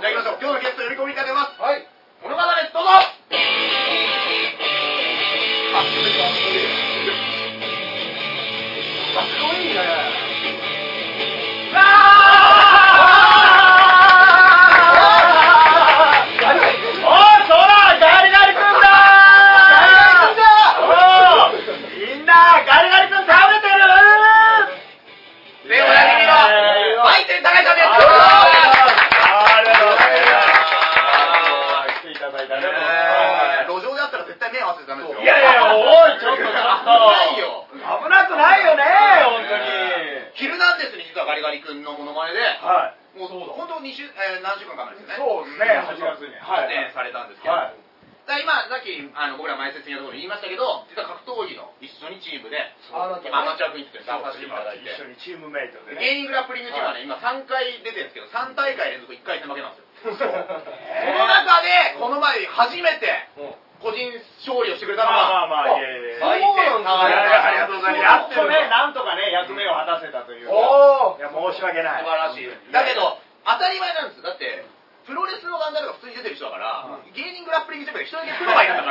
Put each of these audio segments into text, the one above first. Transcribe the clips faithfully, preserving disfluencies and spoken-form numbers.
じゃあ行きましょう。今日のゲスト、呼び込みいただきます。 はい。 この方です、どうぞ。あ、 かっこいいね。 わー！おー、そら、ガリガリ君だー！みんな、ガリガリ君倒れてるー！で、おなじみの、マイテン高井さんです。ありがとうございます。来ていただいてありがとうございます。路上であったら絶対目合わせてダメですよ。いやいや、おい、ちょっとちょっと。ないよ。危なくないよね、本当に。ヒルナンデスに実はガリガリ君のモノマネで、はい。もう本当に週、えー、何週間か前ですよね。そうですね、はちがつに。はい。出演されたんですけど。はい。だ今、さっきあの僕ら前説のところに言いましたけど、実は格闘技の一緒にチームで、アマチュアクイズって出させていただいて、一緒にチームメイトで、ね、芸人グラップリングチームはね、今さんかい出てるんですけど、さん大会連続いっかい戦負けなんですよ。そう。その中で、この前初めて、個人勝利をしてくれたのが、まあまあまあ、いえいえ。そうなんですね。ありがとうございます。やっとね、なんとかね、役目を果たせたというか。おー。いや、申し訳ない。素晴らしい。だけど、当たり前なんです。だって、プロレスのガンダルが普通に出てる人だから、芸人グラップリングチームで一人だけプロがいるんだから。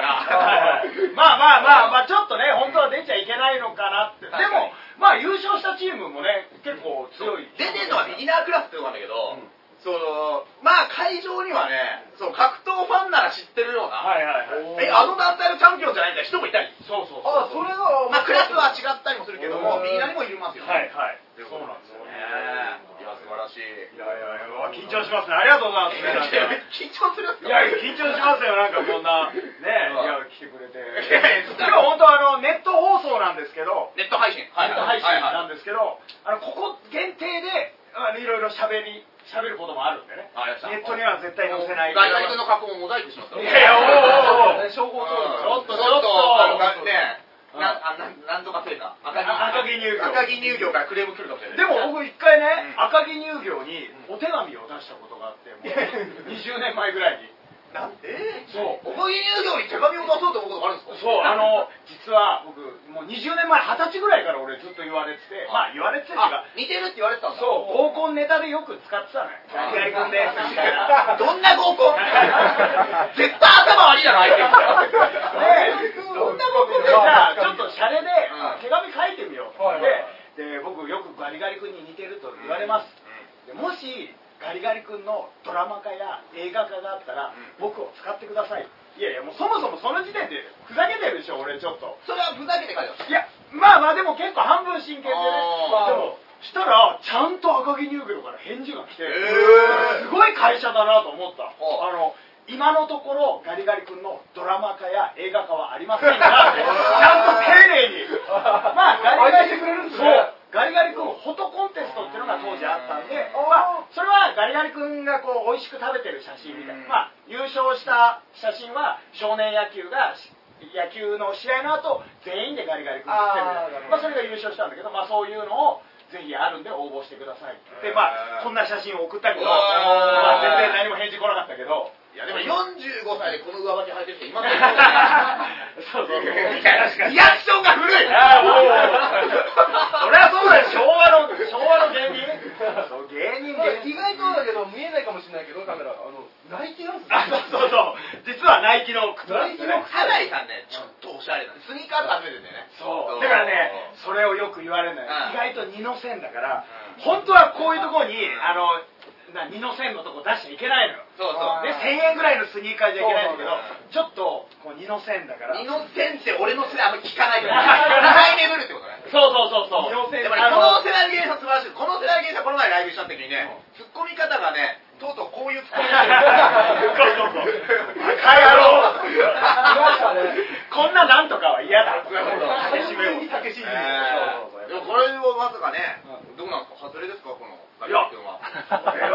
まあまあまあまあ、ちょっとね、本当は出ちゃいけないのかなって。でも、まあ優勝したチームもね、結構強い。出てるのはビギナークラスってとこなんだけど、そのまあ会場にはね、そう格闘ファンなら知ってるような、はいはいはい、えあの団体のチャンピオンじゃないんだ人もいたり、そうそうそう、あそれはまあクラスは違ったりもするけども、右にもいますよね。はいはい。そうなんですよね。いや素晴らしい。いやいやいや緊張しますね。ありがとうございますね。緊張するんですか。いや緊張しますよなんかこんなねいや来てくれて。今日本当あのネット放送なんですけど、ネット配信ネット配信なんですけど、あのここ限定であのいろいろ喋り。喋ることもあるんでね。ネットには絶対載せない。ガリガリ君の格好もモザイクしますから。いやいや、おおおお。証拠を取る。ちょっとちょっとあのね、なんとか製菓。赤城乳業。赤城乳業からクレーム来るかもしれない。でも僕一回ね、赤城乳業にお手紙を出したことがあって、もうにじゅうねんまえぐらいに。なんで？そう。赤城乳業に手紙を出そうと思うことがあるんですか？そう。あの実は僕もうにじゅうねんまえはたちぐらいから俺ずっと言われてて、まあ言われててか似てるって言われてたんだ。そう。合コンネタでよく使ってたね。ガリガリ君ですみたいな。どんな合コン？絶対頭悪いだろ相手。ねえ。どんな合コン？じゃあちょっとシャレで手紙書いてみよう。で、で僕よくガリガリ君に似てると言われます。でもしガリガリ君のドラマ化や映画化があったら、僕を使ってください。いやいやもうそもそもその時点でふざけてるでしょ俺ちょっと。それはふざけて書いてます。いやまあまあでも結構半分真剣でね。でもしたらちゃんと赤城乳業から返事が来て、すごい会社だなと思った。あの今のところガリガリ君のドラマ化や映画化はありませんが、ちゃんと丁寧にまあガリガリしてくれるんですね。ガリガリ君フォトコンテストっていうのが当時あったんで、まあ、それはガリガリ君がこう美味しく食べてる写真みたいな、まあ、優勝した写真は少年野球が野球の試合の後全員でガリガリ君が来てる、まあ、それが優勝したんだけど、まあ、そういうのをぜひあるんで応募してくださいってで、まあ、こんな写真を送ったけど、まあ、全然何も返事来なかったけけど。いやでもよんじゅうごさいでこの上履き履いてる人いませんよ。そうそうそう。リアクションが古い。ああもう。そりゃそうだよ。昭和の昭和の芸人。そう芸人で意外とだけど見えないかもしれないけどカメラあのナイキなんですよ。そうそうそう。実はナイキの靴なんですね。ハナイさんねちょっとおしゃれなスニーカーとか集めてんだよね。そう。だからねそれをよく言われるのよ。意外と二の線だから本当はこういうところにあの。二の線のとこ出しちゃいけないのよ。そうそう。でせんえんぐらいのスニーカーじゃいけないんだけど、ちょっとこう二の線だから。二の線って俺の世代あんま聞かないから。ハイレベルってことね。そうそうそうそう。二の線。でもねこの世代の芸人さん素晴らしい。この世代の芸人さんこの前ライブした時にね、ツッコミ方がね、とうとうこういうツッコミしてる。そうそうそう。バカ野郎。こんななんとかは嫌だ。なるほど。激しめを。激しい。でもこれはまさかね、どうなんですか。外れですかこの。いや、これは、え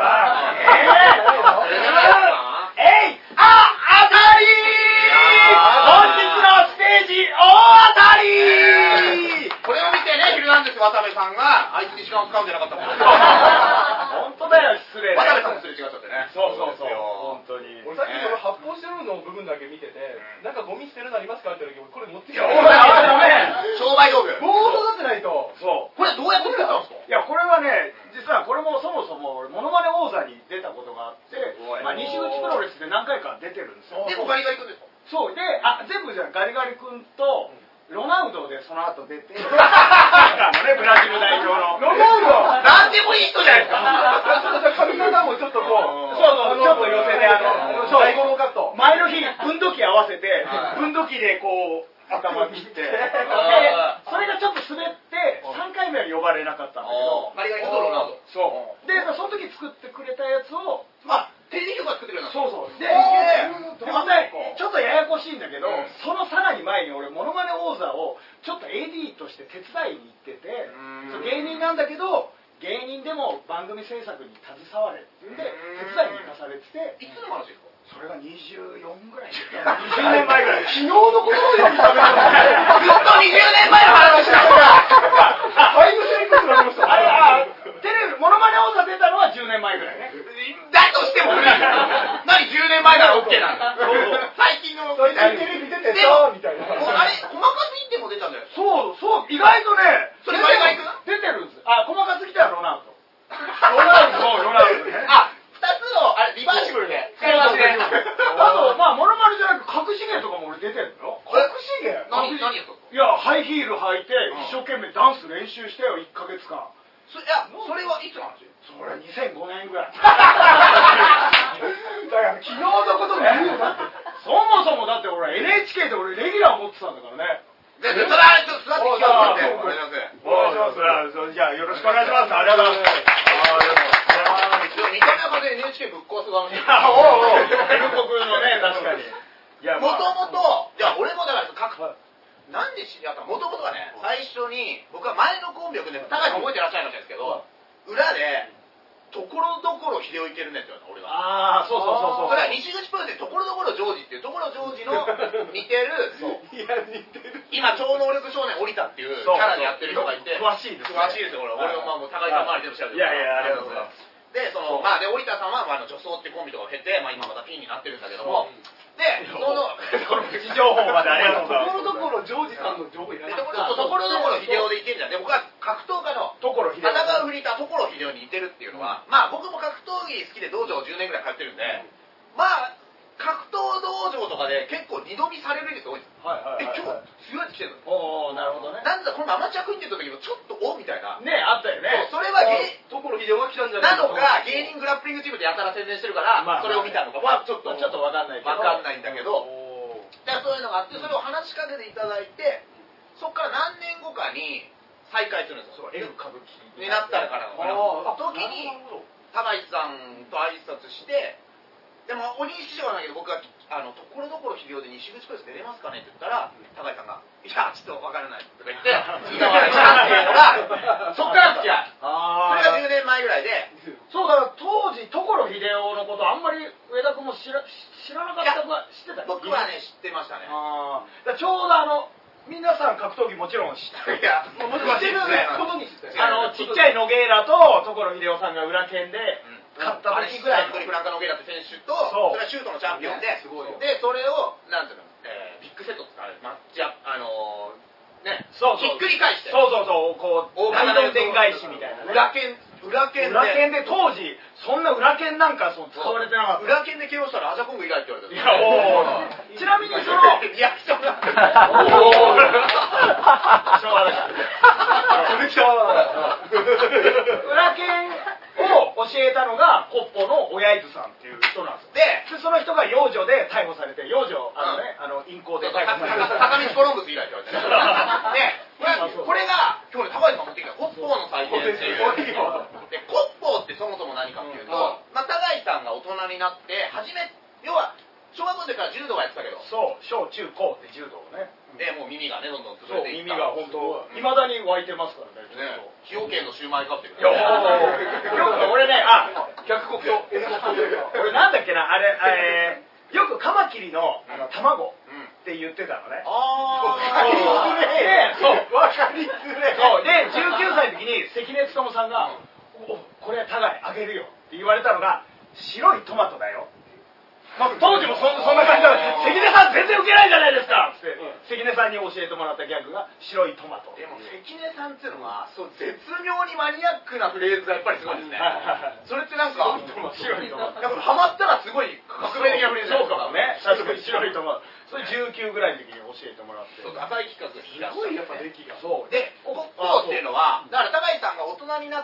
ー、えい、あ、当たりー本日のステージ、大当たりーこれを見てね、ヒルナンデス渡部さんが、あいつに時間を使うんじゃなかったもん。本当だよ、失礼。渡部さんもすれ違っちゃってね。そうそうそう。本当に。俺さっきこの発泡スチロールの部分だけ見てて、なんかゴミ捨てるのありますかって言った時、これ持ってきた。商売道具。もう育てないと。そう。これどうやって作ったんですか？いや、これはね、実はこれもそもそもモノマネ王座に出たことがあって、 れ。 まあ西口プロレスで何回か出てるんですよ。 でもガリガリ君ですか？ そうで、あ全部じゃガリガリ君とロナウドでその後出て、サッカーのねブラジル代表のロナウドなんでもいい人じゃないですか。 髪型もちょっとこう、 そうそうちょっと寄せであの最後のカット。 前の日分度器合わせて分度器でこう。頭切ってでそれがちょっと滑ってさんかいめは呼ばれなかったんだけどガリガリ君とロナウド。 そうでその時作ってくれたやつをあ、テレビ局が作ってくれたんですか？ そうそうででまたちょっとややこしいんだけどそのさらに前に俺モノマネ王座をちょっと エーディー として手伝いに行ってて芸人なんだけど芸人でも番組制作に携われっていうんで手伝いに行かされてていつの話ですか？ それがにじゅうよんぐらいにじゅうねんまえぐらい昨日のことをよく食べまずっとにじゅうねんまえの話だタイムスリップになりました。 あれあテレビモノマネ王座出たのはじゅうねんまえぐらいねだとしても何じゅうねんまえなら OK なんだ。最近の最近テレビ出てさみたいな。 あれ細かすぎても出たんじゃないですか？ そうそう意外とねそれガリガリ君出てるんですあ細かすぎたらロナウドロナウドロナウドねあ、ふたつのあれリバーシブルで使いますね。 あとまあモノマネじゃなく隠し芸とかも俺出てるのよ隠し芸。 何何やったの？ いやハイヒール履いて一生懸命ダンス練習してよいっかげつかんそいやそれはいつの話？ それにせんごねんぐらいだから昨日のことが言うなって。 そもそもだって俺 エヌエイチケー で俺レギュラー持ってたんだからねじゃあそれはちょっと座って聞かせてお願いします。 お願いしますじゃあよろしくお願いしますありがとうございますでも見た目は完全に エヌエイチケー ぶっ壊す側の人。 おうおう原告のね確かにいやもともといや俺もだから各なんで知り合ったの？もともとはね最初に僕は前のコンビを組んで高橋さん覚えてらっしゃるかもしれないですけど裏でところどころ秀夫いけるねって言われた俺が。 ああそうそうそうそうそれは西口プロレスでところどころジョージっていうところジョージの似てるいや似てる。 今超能力少年降りたっていうキャラでやってる人がいて詳しいです詳しいですよ俺俺もまあもう高井さん周りでも調べていやいやありがとうございますでそのまあで降りたさんはまあ女装ってコンビとかを経てまあ今またピンになってるんだけどもでそのプチ情報までありがとうございますところどころジョージさんの情報いらない。 ところどころどころ秀夫でいけるじゃん。で僕は格闘家のところ秀戦夫うフリーターところ秀夫に似てるっていうのは、まあ僕も格闘技好きで道場じゅうねんぐらい通ってるんで、まあ格闘道場とかで結構二度見される人多いんです。 はいはいえ今日強いやつ来てるの？ おおなるほどねなんだこのアマチュア組んでた時もちょっとおみたいな。 ねあったよねそれは芸ところ秀夫が来たんじゃなないのか芸人グラップリングチームでやたら宣伝してるからそれを見たのかはちょっとちょっとわかんないけどわかんないんだけど。だからそういうのがあってそれを話しかけていただいてそこから何年後かに再会するんですよ。 L 歌舞伎になったからの時に高橋さんと挨拶してでもお兄師匠なんだけど僕があのところどころ秀夫で西口プロレス出れますかねって言ったら高橋さんが「いやちょっとわからない」とか言って苦笑いしたっていうのがそっから付き合いそれがじゅうねんまえぐらいでそうだから当時所秀夫のことあんまり上田君も知ら知らなかったか知ってた僕はね知ってましたね。 ああちょうどあの皆さん格闘技もちろん知ってるいやもう知ってることにしてあのちっちゃいノゲーラと所秀夫さんが裏剣で勝った時ぐらいアントニフランカノゲラって選手とそうそれはシュートのチャンピオンで、 すごいよでそれをなんていうの、えービッグセットってあれマッチアップあのー、ねそうそうひっくり返してそうそうそうこう大どんでん返しみたいなね裏剣裏剣で裏剣で当時そんな裏剣なんかそう使われてなかった裏剣で ケーオー したらアジャコング以外って言われていやおおちなみにそのリアクションがおおしょうがないそれじゃあ裏剣を教えたのがコッポの親伊豆さんっていう人なんですよででその人が幼女で逮捕されて幼女あのね、あの陰行で逮捕されて坂道コロンブス以来って言われてねでこれが今日ね高橋さん持ってきたコッポーの祭典っていうでコッポーってそもそも何かっていうと、まあ、高橋さんが大人になって初め要は小学校の時から柔道はやってたけどそう小中高って柔道をねでもう耳がねどんどんそう潰れていった耳が本当いまだに湧いてますからねね崎陽軒のシューマイ買ってるいやお俺ねあ逆国と N 国と俺なんだっけなあれえーよくカマキリのあの卵うんって言ってたのねあそうでそうわかりづれそうでじゅうきゅうさいの時に関根勤さんが「おこれ高いあげるよ」って言われたのが「白いトマトだよ」まあ、当時も そ, そんな感じだった関根さん全然ウケないじゃないですかって関根さんに教えてもらったギャグが白いトマトでも関根さんっていうのはそう絶妙にマニアックなフレーズがやっぱりすごいですねそれってなんか白いトマト。 やっぱハマったらすごい革命的なフレーズそうかもね。確かに白いトマト。それじゅうきゅうぐらいの時に教えてもらって。 そう浅い企画が引き出した。 すごいやっぱ歴が。 そう。 で、コッポーっていうのは、だから高井さんが大人になって、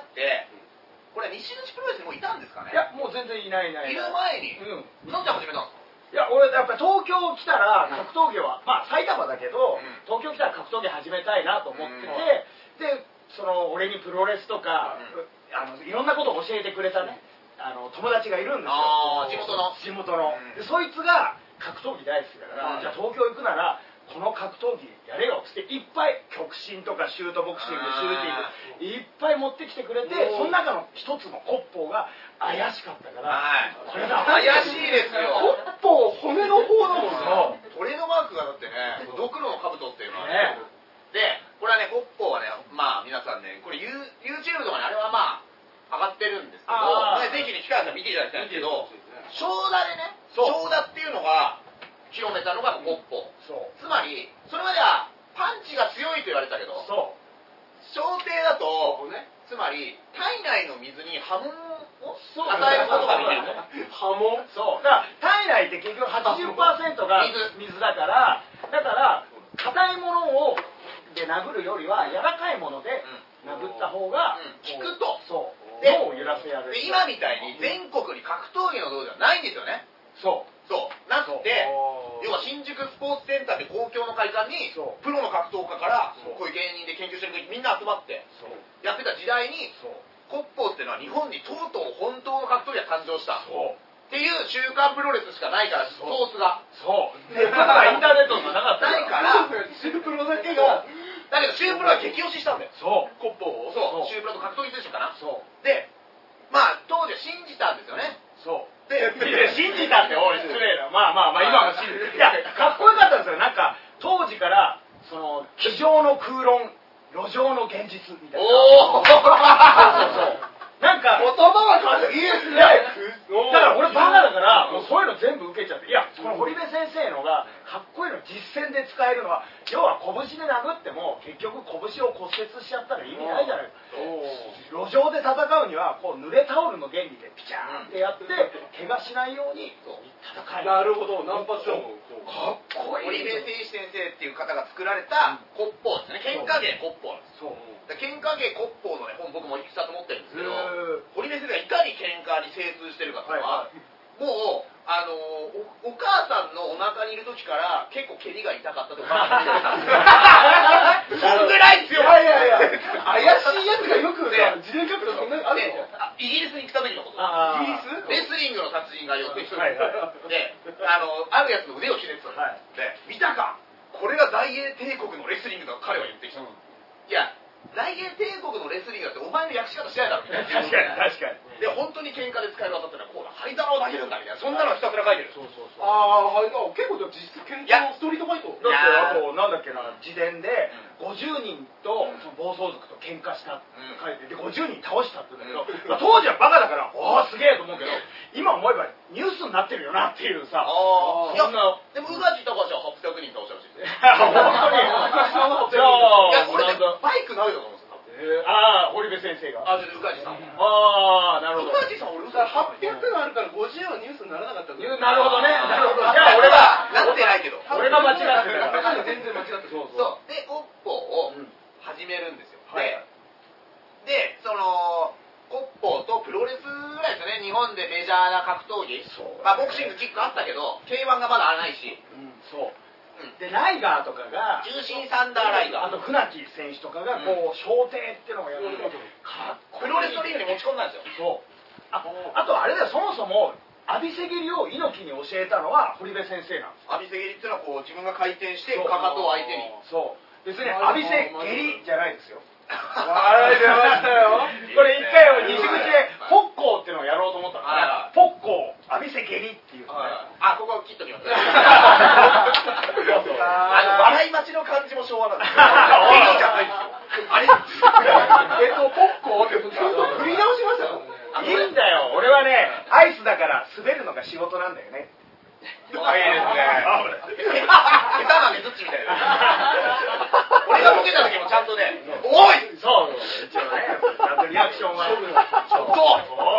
これ西口プロレスにもいたんですかね。 いや、もう全然いないいない。 いる前に。 うん。 なんで始めたんですか。 いや、俺やっぱり東京来たら格闘技は、まあ埼玉だけど、 うん、 東京来たら格闘技始めたいなと思ってて、で、その俺にプロレスとか、うん、あのいろんなことを教えてくれたね、あの友達がいるんですよ。 あ地元の地元の、うん、でそいつが格闘技大好きだから、うん、じゃあ東京行くならこの格闘技やれよっつっていっぱい極真とかシュートボクシングシューティングいっぱい持ってきてくれて、その中の一つのコッポーが怪しかったから、 はい、 これだ怪しいですよ。 コッポー骨の方だもんね。トレードマークがだってね、ドクロの兜っていうのはね。で、これはね、コッポーはね、まあ皆さんね、これ YouTube とかにあれはまあ上がってるんですけど、ね、ぜひね、機会あったら見ていただきたいんですけど、長田でね、長田っていうのが広めたのがコッポー。つまり、それまではパンチが強いと言われたけど、 そう小艇だと、ね、つまり体内の水に波紋を与えることができると。 波紋？ そう。だから体内って結局 はちじゅっパーセント が水だから、だから硬いものをで殴るよりは柔らかいもので殴った方が効くと。 そう。脳を揺らせやる。 で今みたいに全国に格闘技の道場はないんですよね。 そう。 そう。なくて、要は新宿スポーツセンターって公共の会館にプロの格闘家からこういう芸人で研究してるみんな集まってやってた時代にコッポーっていうのは日本にとうとう本当の格闘技が誕生したっていう週刊プロレスしかないからソースがそうネットとかインターネットとかなかったないからシュープロだけがだけどシュープロは激推ししたんだよ。 そうコッポーをそうシュープロと格闘技選手かな。 そうでまあ当時は信じたんですよね。 そうで信じたっておい失礼なまあまあまあ今も信じいやかっこよかったんですよ。なんか当時からその机上の空論路上の現実みたいな。 おおそうそうそうなんか言葉は軽いですね。 だから俺バカだからもうそういうの全部受けちゃって、いやこの堀部先生のがかっこいいの実践で使えるのは要は拳で殴っても結局拳を骨折しちゃったら意味ないじゃないですか。路上で戦うにはこう濡れタオルの原理でピチャーンってやって怪我しないように戦える。 なるほど。ナンパしよう。 かっこいい。 堀部誠司先生っていう方が作られたコッポーですね。喧嘩芸コッポーなんです。 そう喧嘩芸コッポーのね本僕もいくつかと持ってるんですけど、堀部先生がいかに喧嘩に精通してるかっていうのは、はいはい、もうあのお、お母さんのお腹にいる時から結構蹴りが痛かったってお母さん言ってたそんぐらい強い。 いやいやいや怪しいやつがよくね自伝書くとそんなにあるの。 イギリスに来た時のことイギリスレスリングの達人がよく来て、 はいはい、 であのあるやつの腕をひねってた、はい、で見たかこれが大英帝国のレスリングだと彼は言ってきた、うん、いや大英帝国のレスリングだってお前の訳し方しないだろみたいな。 確かに確かに。 で本当に喧嘩で使える技ってのはこうだ灰皿を投げるんだみたいなそんなのひたすら書いてる。 そうそうそう。 ああはい結構実質喧嘩のストリートファイト。 だってあとなんだっけな自伝でごじゅうにんとその暴走族と喧嘩したって書いてでごじゅうにん倒したって言うんだけど、まあ、当時はバカだからおおすげえと思うけど今思えばニュースになってるよなっていうさ。 ああいやでも宇梶隆ははっぴゃくにん倒したらしいですね。 本当に。じゃあこれでバイク投げたと思うんですよ。 ああ堀部先生が。 あじゃあ宇梶さん。 ああなるほど。 宇梶さん俺はっぴゃくがあるからごじゅうはニュースにならなかったんだ。 なるほどね。なるほど。 じゃあ俺がなってないけど。 俺が間違ってるから。 全然間違ってそうそう。でコッポを始めるんですよ。ででそのコッポとプロレスぐらいですよね日本でメジャーな格闘技。まあボクシングキックあったけど ケーワン がまだないし。 そう。でライガーとかが重心サンダーライガーあと船木選手とかがこう小艇っていうのをやるとかっこいい。 プロレスのリングに持ち込んだんですよ。 そうああとあれだよそもそも浴びせ蹴りを猪木に教えたのは堀部先生なんです。 浴びせ蹴りっていうのはこう自分が回転してかかとを相手にそう別に浴びせ蹴りじゃないですよ。 あれ出ましたよ。 これ一回西口でポッコーっていうのをやろうと思ったらポッコー浴びせ蹴りっていう、ね、 あここ切っときますあの笑い待ちの感じも昭和なんですよ。蹴りじゃないですよ。あれえっとポッコーって振り直しましたよ。 いいんだよ俺はねアイスだから滑るのが仕事なんだよね。 いいですね。下手なねずっちみたいな。俺がボケた時もちゃんとね、おい。 そう。一応ね、ちゃんとリアクションは。そう。お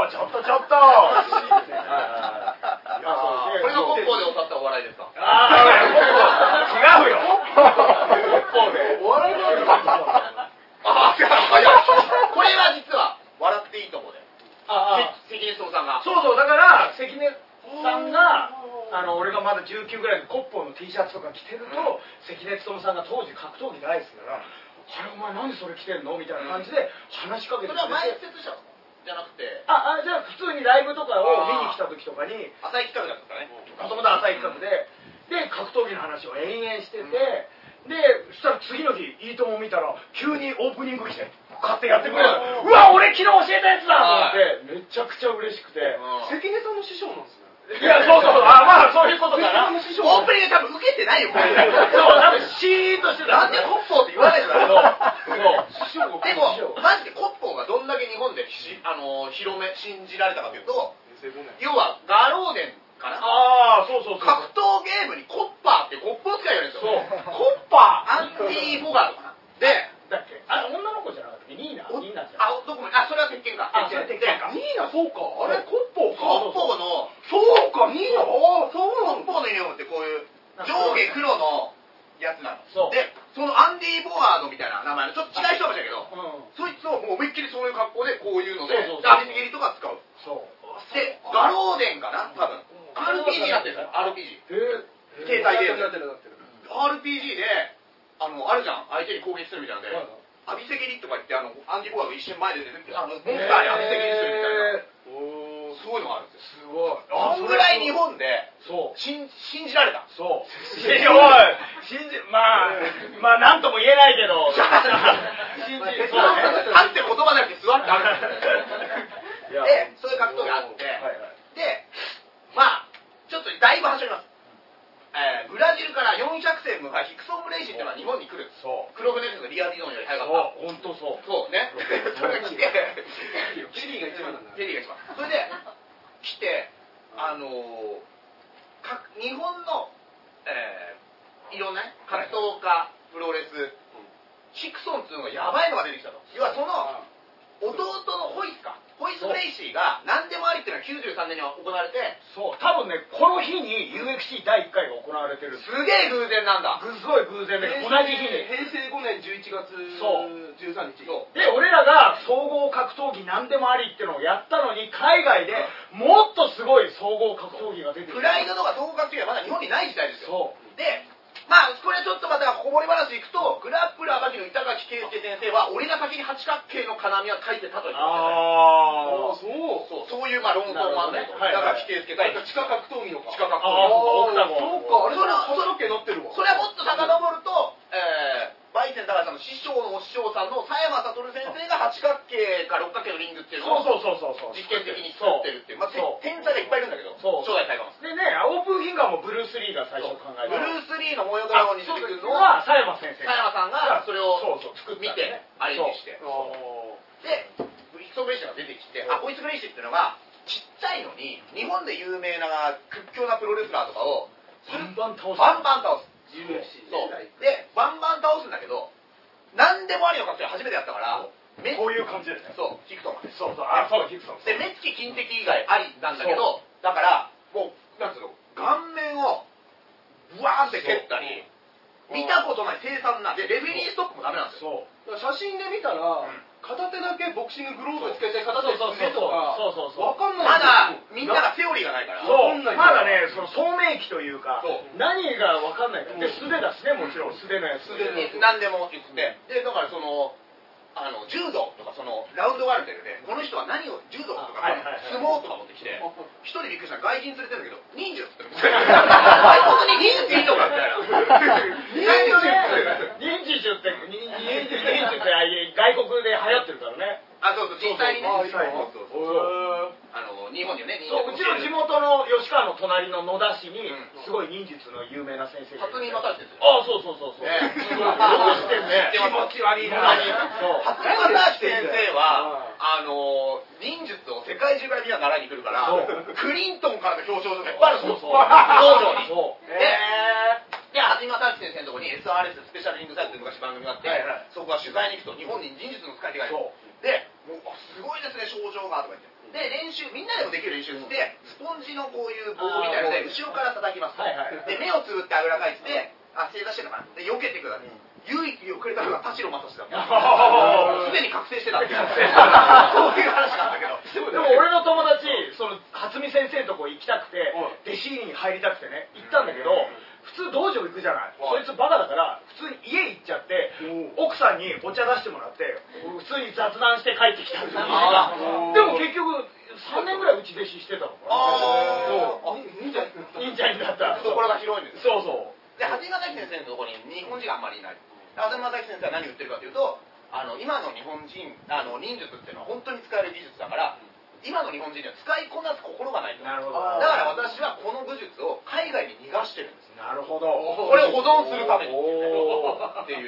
とちょっとちょっとこれがコッポーで教わったお笑いですか？ ああ、違うよ。コッポーでお笑いなんですか？ ああ、いや、これは実は笑っていいともで関根勤さんがそうそう、だから関根さんがあの俺がまだじゅうきゅうぐらいでコッポーの T シャツとか着てると、うん、関根勤さんが当時格闘技大好きだから、あれお前なんでそれ着てんのみたいな感じで話しかけてくれて、 それは前説者じゃなくて、 ああ、じゃあ普通にライブとかを見に来た時とかに浅い企画だったね、 もともと浅い企画で、で格闘技の話を延々してて、うん、でそしたら次の日いいとも見たら急にオープニング来て買ってやってくれる、うわ俺昨日教えたやつだと思ってめちゃくちゃ嬉しくて、 関根さんの師匠なんですね。 いや、そうそう、あ、まあそういうことかな。 オープニング多分受けてないよ、これ。 そう、多分シーンとしてた。なんでコッポーって言わないんだよ。 そう。 でも、マジでコッポーがどんだけ日本でし、あの、広め、信じられたかというと、要は、ガローデンかな。 ああ、そうそうそう。 格闘ゲームにコッパーってコップを使うよね。 そう。コッパーアンディ・フォガーとかな。で、 だっけあれ、女の子じゃなかったっけニーナニーナじゃん。あ、どこあ、それは鉄拳か。 あ、それ鉄拳か。 ニーナ、そうか。あれ、コッポーか。 コッポーの、 そうか、ニーナ。ああ、そうなの。コッポーのユニフォームってこういう、上下黒のやつなの。 そう。 で、そのアンディ・ボワードみたいな名前の、ちょっと違い人かもしれないけど、そいつをもう思いっきりそういう格好でこういうので、アビス蹴りとか使う。 そう。 で、ガローデンかな多分。アールピージー やってるんですよ、アールピージー。携帯ゲーム。アールピージー で、あの、あるじゃん、相手に攻撃するみたいなんで、浴びせ蹴りとか言って、あの、アンディ・ボワード一瞬前で出てきて、あの、モンスターに浴びせ蹴りするみたいな。そういうのがあるんですよ。すごい。そんぐらい日本で、そう。信じられた。 そう。いや、おい、信じ、まあ、まあ、なんとも言えないけど、 信じ、そうね。立って言葉じゃなくて座ってあるんですよ。で、そういう格闘があって、で、まあ、ちょっとだいぶ走ります。えー、ブラジルからよんひゃくせんがヒクソン・ブレイシーっていうのは日本に来る。そう。黒船ですがリアディゾンより早かった。 そう、本当そう。 そうね。それ来て、 ペリーが一番なんだ。 ペリーが一番。それで、来て、あのー、か日本の、えー、いろんなね、格闘家、プロレス、ヒクソンっていうのがやばいのが出てきたと。要はその、弟のホイスか。ホイス・ブレイシーが何でもありっていうのはきゅうじゅうさんねんに行われて、 そう、多分ね、この日に ユーエフシー だいいっかいが行われてる。 すげえ偶然なんだ。 すごい偶然で、同じ日に。 平成ごねんじゅういちがつじゅうさんにち。 で、俺らが総合格闘技何でもありっていうのをやったのに、海外でもっとすごい総合格闘技が出てきた。 プライドとか総合格闘技はまだ日本にない時代ですよ。そう。で、まあ、これちょっとまたこぼれ話いくと、グラップラーバキの板垣圭介先生は、俺が先に八角形の金網は書いてたと言ってましたね。ああ、そう。そう、そういうまあ論争もあるね。板垣圭介対地下格闘技のか。地下格闘技。 ああ、そうか。 あれ、それは八角形になってるわ。 それはもっと遡ると、えー、バイセン高橋さんの師匠のお師匠さんの佐山悟先生が八角形か六角形のリングっていうのをそうそうそうそう実験的に作ってるっていう、まあ、天才がいっぱいいるんだけど、初代タイガーマスでね、オープンフィンガーもブルース・リーが最初考えた。 ブルース・リーの模様ドラゴンに出てくるのは佐山先生。 佐山さんがそれを見てアレンジして、でヒクソン・ブレイシーが出てきて、あ、ホイス・ブレイシーっていうのがちっちゃいのに日本で有名な屈強なプロレスラーとかをバンバン倒す。 バンバン倒す。 ユーエフシーそうでバンバン倒すんだけど、何でもありの格闘技初めてやったから、 こういう感じですね。 そう、ヒクソン。 そうそう、あ、そう、ヒクソン。 で、目つき金的以外ありなんだけど、だから、もう、なんつうの、顔面を、ブワーンって蹴ったり、見たことない凄惨な、で、レフェリーストップもダメなんですよ。 そう。写真で見たら、片手だけボクシンググローブつけて、片手目とか、 そうそうそう。 わかんない。 まだ、みんながセオリーがないから。 そう、まだね、その、聡明期というか、何がわかんないから。で、素手だしね、もちろん、素手のやつ。 素手で何でも言って。で、だからその、あの柔道とかそのラウンドがあるんだよね。この人は何を柔道とか相撲とか持ってきて、一人びっくりした外人連れてるんだけど忍術って外国に忍術いいのかみたいな。 忍術って忍術って外国で流行ってるからね。 あ、そうそう、実際にね。 実際に。 あの日本にはね、 そう、うちの地元の吉川の隣の野田市にすごい忍術の有名な先生がいる。 初見正先生。 ああ、そうそうそうそう。よく知ってんね。 気持ち悪いな。初見正先生はあの忍術を世界中からみんな習いに来るから、クリントンからの表彰状がいっぱいあるんですよ。道場に。で、初見正先生のところに エスアールエス スペシャルリングサイトって昔番組があって、そこが取材に行くと日本に忍術の使い手がいる。で、もうすごいですね、症状がとか言って。 で練習みんなでもできる練習ってスポンジのこういう棒みたいなので後ろから叩きます。で目をつぶってあぐらかいて、あ正座してるのかな。で避けてください。唯一遅れたのが田代正史だった。すでに覚醒してた。そういう話なんだけど。 でも俺の友達、その初見先生のとこ行きたくて、弟子に入りたくてね、行ったんだけど、普通道場行くじゃない。そいつバカだから普通に家行っちゃって、奥さんにお茶出してもらって、普通に雑談して帰ってきたっていう。でも結局さんねんぐらいうち弟子してたのかな。 ああ、忍者忍者になった。 懐が広いんです。 そうそう。 で、初見正樹先生のところに日本人があんまりいない。初見正樹先生は何を言ってるかというと、あの今の日本人、あの忍術っていうのは本当に使える技術だから、今の日本人には使いこなす心がないと。 なるほど。 だから私はこの武術を海外に逃がしてるんです。 なるほど。 これを保存するためにっていう。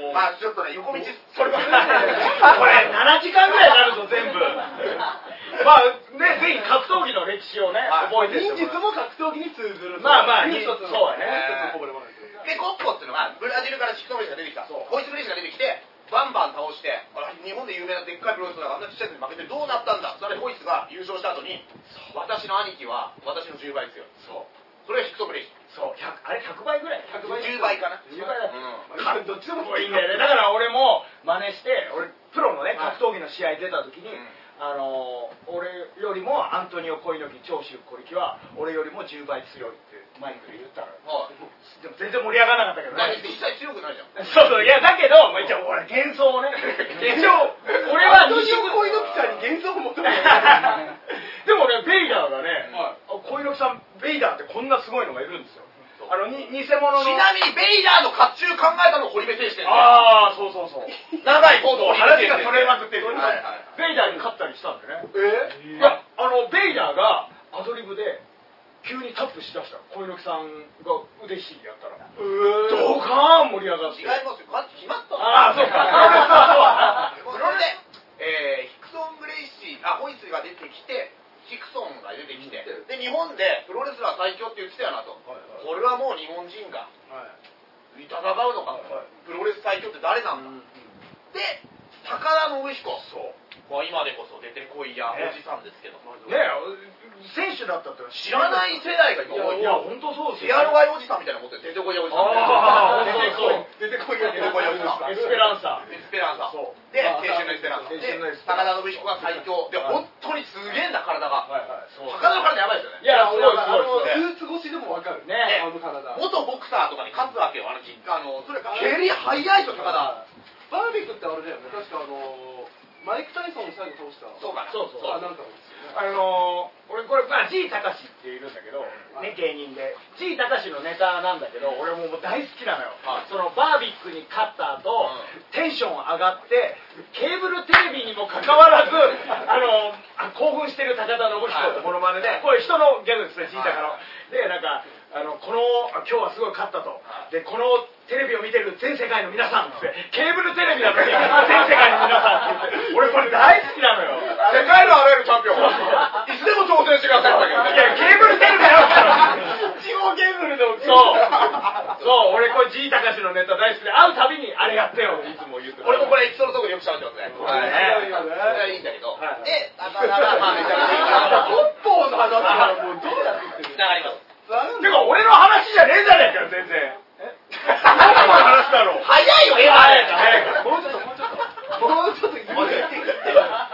まあちょっとね、横道そればっかり。 これななじかんぐらいになるぞ全部。まあね、ぜひ格闘技の歴史をね、覚えて忍術も格闘技に通ずる。 まあまあ、そうだね。 で、コッコっていうのがブラジルからシクトムレシが出てきた。ホイスブレシが出てきて、バンバン倒して、日本で有名なでっかいプロレスラーがあんなちっちゃい時に負けてどうなったんだ。それでホイスが優勝した後に、私の兄貴は私のじゅうばい強い。そう。それがシクトムレシ。 そう。あれひゃくばいぐらい。 じゅうばいかな。 じゅうばいだ。うん。どっちでもいいんだよね。だから俺も真似して、俺プロのね格闘技の試合出た時に。あの俺よりもアントニオ猪木長州小力は俺よりもじゅうばい強いってマイクで言ったのよ。でも全然盛り上がらなかったけどね。 実際強くないじゃん。 そうそう、いやだけど、まあ、一応俺幻想をね、幻想俺はアントニオ小猪木さんに幻想を求めてる。 でもね、ベイダーがね、小猪木さんベイダーってこんなすごいのがいるんですよ。あのに偽物の。 ちなみにベイダーの甲冑考えたのを堀部選手です。 ああ、そうそうそう。 長いコードを話がそれまくってる。 はいはい。 ベイダーに勝ったりしたんでね。 えいや、あのベイダーがアドリブで急にタップしだした小猪木さんが腕ひやったら、ドカーン盛り上がって。 違いますよ。決まったの。 ああ、そうか。 それで、えー、ヒクソン・グレイシー、あ、ホイスが出てきて。ヒクソンが出てきて、で日本でプロレスラー最強って言ってたよなと、これはもう日本人が戦うのか、プロレス最強って誰なんだ、で高田信彦、まあ今でこそ出てこいやおじさんですけどねえ、選手だったって知らない世代が今多い。 いや本当そうですよ。 リアルガイおじさんみたいなもんで出てこいやおじさん。 出てこい出てこいや出てこいやおじさん。 エスペランサ。 エスペランサ。で青春のエスペランサ。で高田信彦が最強で本当にすげえんだ体が。高田の体やばいですよね。 いやすごいすごい。 スーツ越しでもわかるね。 あの体。 元ボクサーとかに勝つわけよ。あのあのそれ蹴り速いと高田。 バービックってあれだよね。確かあのマイク・タイソンを最後倒した。 そうかな。 そうそう。 あなんかあの俺これまあ G 高志っているんだけどね、芸人で G 高志のネタなんだけど俺ももう大好きなのよ。そのバービックに勝った後テンション上がってケーブルテレビにもかかわらずあの興奮してる高田信彦ってモノマネでこれ人のギャグですね G 高の。でなんかあのこの今日はすごい勝ったと。でこのテレビを見てる全世界の皆さんってケーブルテレビなのに全世界の皆さんって言って俺これ大好きなのよ。 世界のあらゆるチャンピオンいつでも挑戦してくださいって言ういやケーブルテレビだよ地方ケーブルのそうそう俺これ G 高志のネタ大好きで会うたびにあれやってよいつも言って俺もこれエピソードトークでよくしゃべってますね。はいいいんだけどでだからまあめちゃめちゃいいからポッポーの話はもうどうやってつながります。 てか俺の話じゃねえじゃねえかよ全然。僕の話だろ。 早いよ今。 早いか早いか。 もうちょっともうちょっともうちょっと言って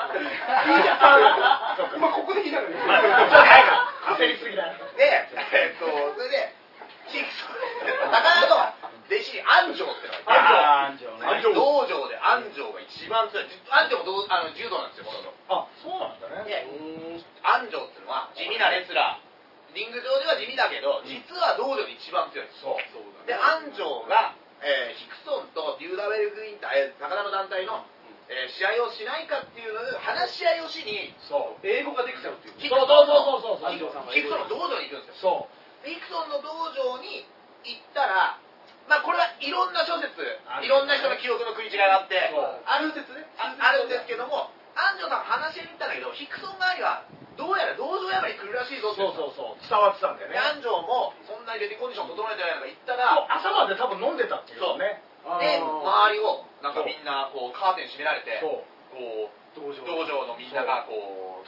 今ここで聞いたのに。 ちょっと早いか。焦りすぎだ。 でえっとそれで高田の弟子に安城ってのがいて安城ね。 道場で安城が一番強い。安城もあの柔道なんですよもともと。 あそうなんだね。 で安城っていうのは地味なレスラー。リング上では地味だけど、実は道場で一番強い。そう。で、安城が、えー、ヒクソンとデューダウェルグインター、高田の団体の、えー、試合をしないかっていうのを話し合いをしに、 そう。 英語ができちゃうっていう。 ヒクソンのヒクソンの道場に行くんですよ。 そう。 ヒクソンの道場に行ったら、まあこれはいろんな諸説、いろんな人の記憶の食い違いがあって、 ある説ね。 あるんですけども、安城さん話し合いに行ったんだけど、ヒクソン側には、どうやら道場破り来るらしいぞって。 そうそうそう伝わってたんだよね。 安城もそんなにレディコンディション整えてないのが行ったら朝まで多分飲んでたっていうね。 で周りをなんかみんなこうカーテン閉められてこう道場のみんながこう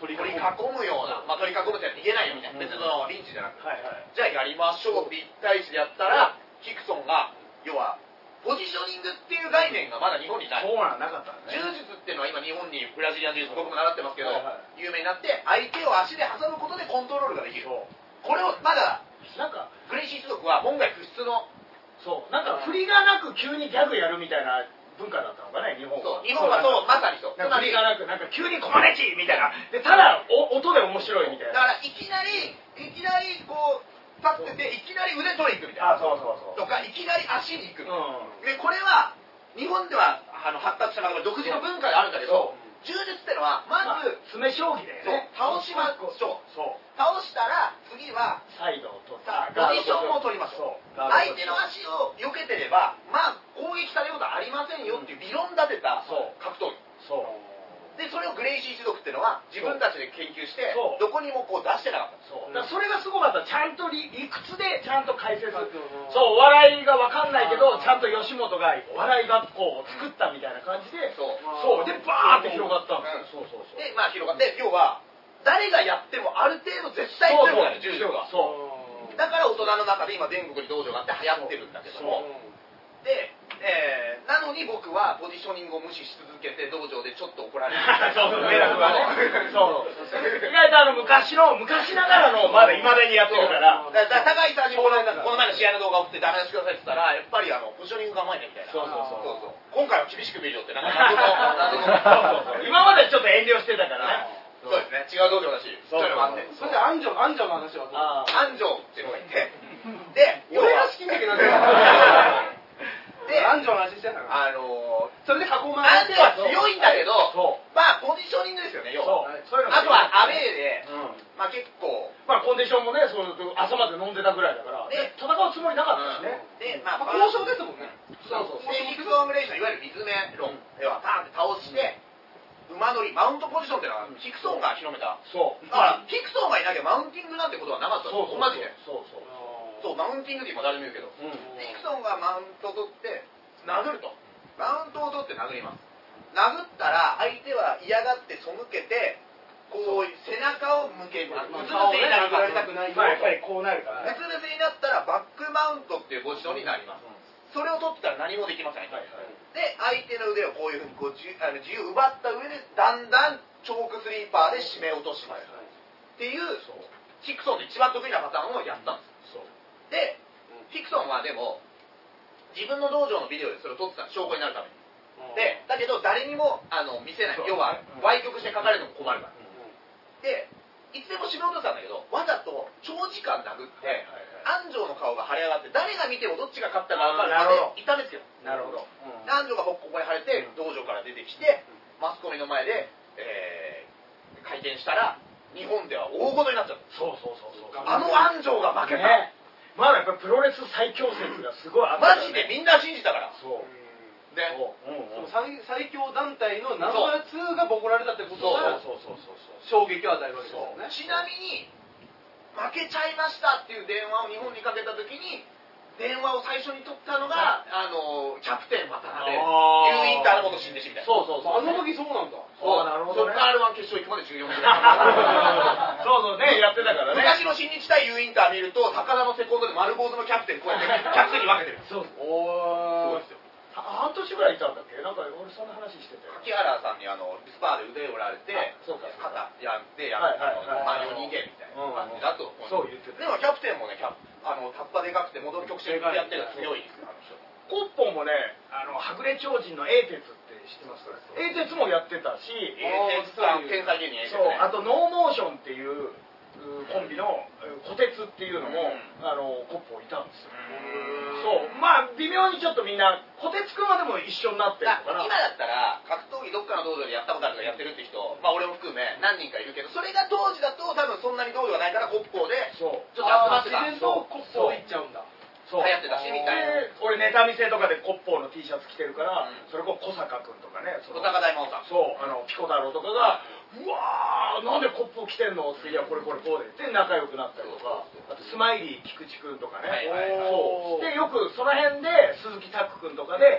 取り囲むような、まあ取り囲むって逃げないよみたいな、別にそのリンチじゃなくて、 はいはい、 じゃあやりましょうっていち対いちでやったら、ヒクソンが要はポジショニングっていう概念がまだ日本にない。 そうなんなかったね。 柔術っていうのは今日本にブラジリアン柔術僕も習ってますけど、 はいはい、 有名になって相手を足で挟むことでコントロールができる。これをまだなんかグレイシー一族は門外不出の、 そうなんか振りがなく急にギャグやるみたいな文化だったのかね、日本は。 そう日本はそうまさにそう。 なんか振りがなくなんか急にコマネチみたいなで、ただお音で面白いみたいな。 だからいきなりいきなりこう立ってていきなり腕取りに行くみたいな。 あ、そうそうそう。 とかいきなり足に行くみたいな。 うん、 でこれは日本ではあの発達した独自の文化があるんだけど、柔術ってのはまず、 まあ、詰将棋でね、 倒しまそうそう倒したら次はサイドを取ってポジションを取りましょう。相手の足を避けてればまあ攻撃されることはありませんよっていう理論立てた格闘技。 そうでそれをグレイシー一族っていうのは自分たちで研究してどこにもこう出してなかった。 そうだからそれがすごかった。ちゃんと理理屈でちゃんと解説、そうお笑いが分かんないけどちゃんと吉本がお笑い学校を作ったみたいな感じで、そうそうでバーって広がったんですよ。そうそうそう。 でまあ広がって要は誰がやってもある程度絶対強くなる柔術が。そうだから大人の中で今全国に道場があって流行ってるんだけども、で、えー、なのに僕はポジショニングを無視し続けて道場でちょっと怒られる。 そうそう、メラフがね。そう。意外とあの昔の昔ながらのまだ未だにやってるから。 だから高井さんにこのこの前の試合の動画を送ってダメ出しくださいって言ったらやっぱりあのポジショニングが甘いねみたいな。そうそうそう。今回は厳しく見るよってなんか謎の謎の。 今までちょっと遠慮してたからね。 そうですね。違う道場だし、そういうのもあって。 それで安城安城の話は安城っていうのがいて、で、 俺が資金だけなんだよ。 で、 安城の話してたの。 あのそれで囲まれて、安城は強いんだけど、 そう。 まあポジショニングですよね。要は。 そう。 あとはアウェーで、まあ結構、 まあコンディションもね、そう朝まで飲んでたぐらいだから、で戦うつもりなかったしね。 で、まあ交渉ですもんね。 そうそう。で、ヒクソームレーションいわゆる水目論ではパーンって倒して。馬乗りマウントポジションっていうのはヒクソンが広めた。そうだからヒクソンがいなきゃマウンティングなんてことはなかった。そうマジで。そうそうそうマウンティングって今誰も言うけど、ヒクソンがマウント取って殴ると、マウントを取って殴ります。殴ったら相手は嫌がって背けてこう背中を向ける。うつ伏せになるからやっぱりこうなるからね。 うつ伏せになったらバックマウントっていうポジションになります。それを取ったら何もできません。で相手の腕をこういうふうにこう 自, あの自由奪った上でだんだんチョークスリーパーで締め落とします、はいはい、っていうヒクソンの一番得意なパターンをやったんです。そうで、うん、ヒクソンはでも自分の道場のビデオでそれを撮ってた証拠になるために、うん、でだけど誰にもあの見せない。要は歪曲して書かれるのも困るから、うん、でいつでも締め落としたんだけどわざと長時間殴って、はいはいはい、安城の顔が腫れ上がって誰が見てもどっちが勝ったか分かるまで痛めつける。なるほど。うん、安城がここに腫れて道場から出てきて、うん、マスコミの前で、えー、回転したら日本では大事になっちゃった。そうそうそうそう。あの安城が負けた。ね、 まだやっぱプロレス最強説がすごいあった、 ね、マジでみんな信じたから。そう。 で、うんうん、最, 最強団体のナンバーツーがボコられたってことが衝撃を与えるわけですよね。 ちなみに負けちゃいましたっていう電話を日本にかけた時に電話を最初に取ったのがあのキャプテン渡辺、ユーインターの元新弟子みたいな。そうそうそう、 ね、あの時そうなんだ。 そうなるほど、ね、そっから アールワン 決勝行くまでじゅうよんねんそうそうねやってたからね。 昔の新日対ユーインター見ると高田のセコンドで丸坊主のキャプテンこうやって客席に分けてる。そうおーすごいですよ。 半年ぐらいいたんだっけ。なんか俺そんな話してて柿原さんにあのスパーで腕を折られてそうか肩やってやってまあよにんげみたいな感じだと、うん、そう言ってた。でもキャプテンもねキャあのタッパでかくて戻る曲線でやってるの強いですよ。 コッポンもねあのはぐれ超人の英鉄って知ってますか。英鉄もやってたし英鉄さん天才芸人英鉄、ね、 そうあとノーモーションっていうコンビの虎鉄っていうのも、うん、あのコッポンいたんですよ。そうまあ微妙にちょっとみんな虎鉄くんはでも一緒になってるのかな。 今だったら格闘技どっかの道場でやったことあるからやってるって人まあ俺も含め何人かいるけどそれが当時だと多分そんなに道場がないからコッポーでそうちょっと集まってた。 自然とコッポーでいっちゃうんだ。 流行ってたしみたいな。 俺ネタ見せとかでコッポーの T シャツ着てるから、うん、それこそ小坂君とかね小坂大魔王さんそうあのピコ太郎とかがうわーなんでコッポー着てんのっていやこれこれこうでって仲良くなったりとかあとスマイリー菊池君とかね、はいはいはい、そうでよくその辺で鈴木拓君とかで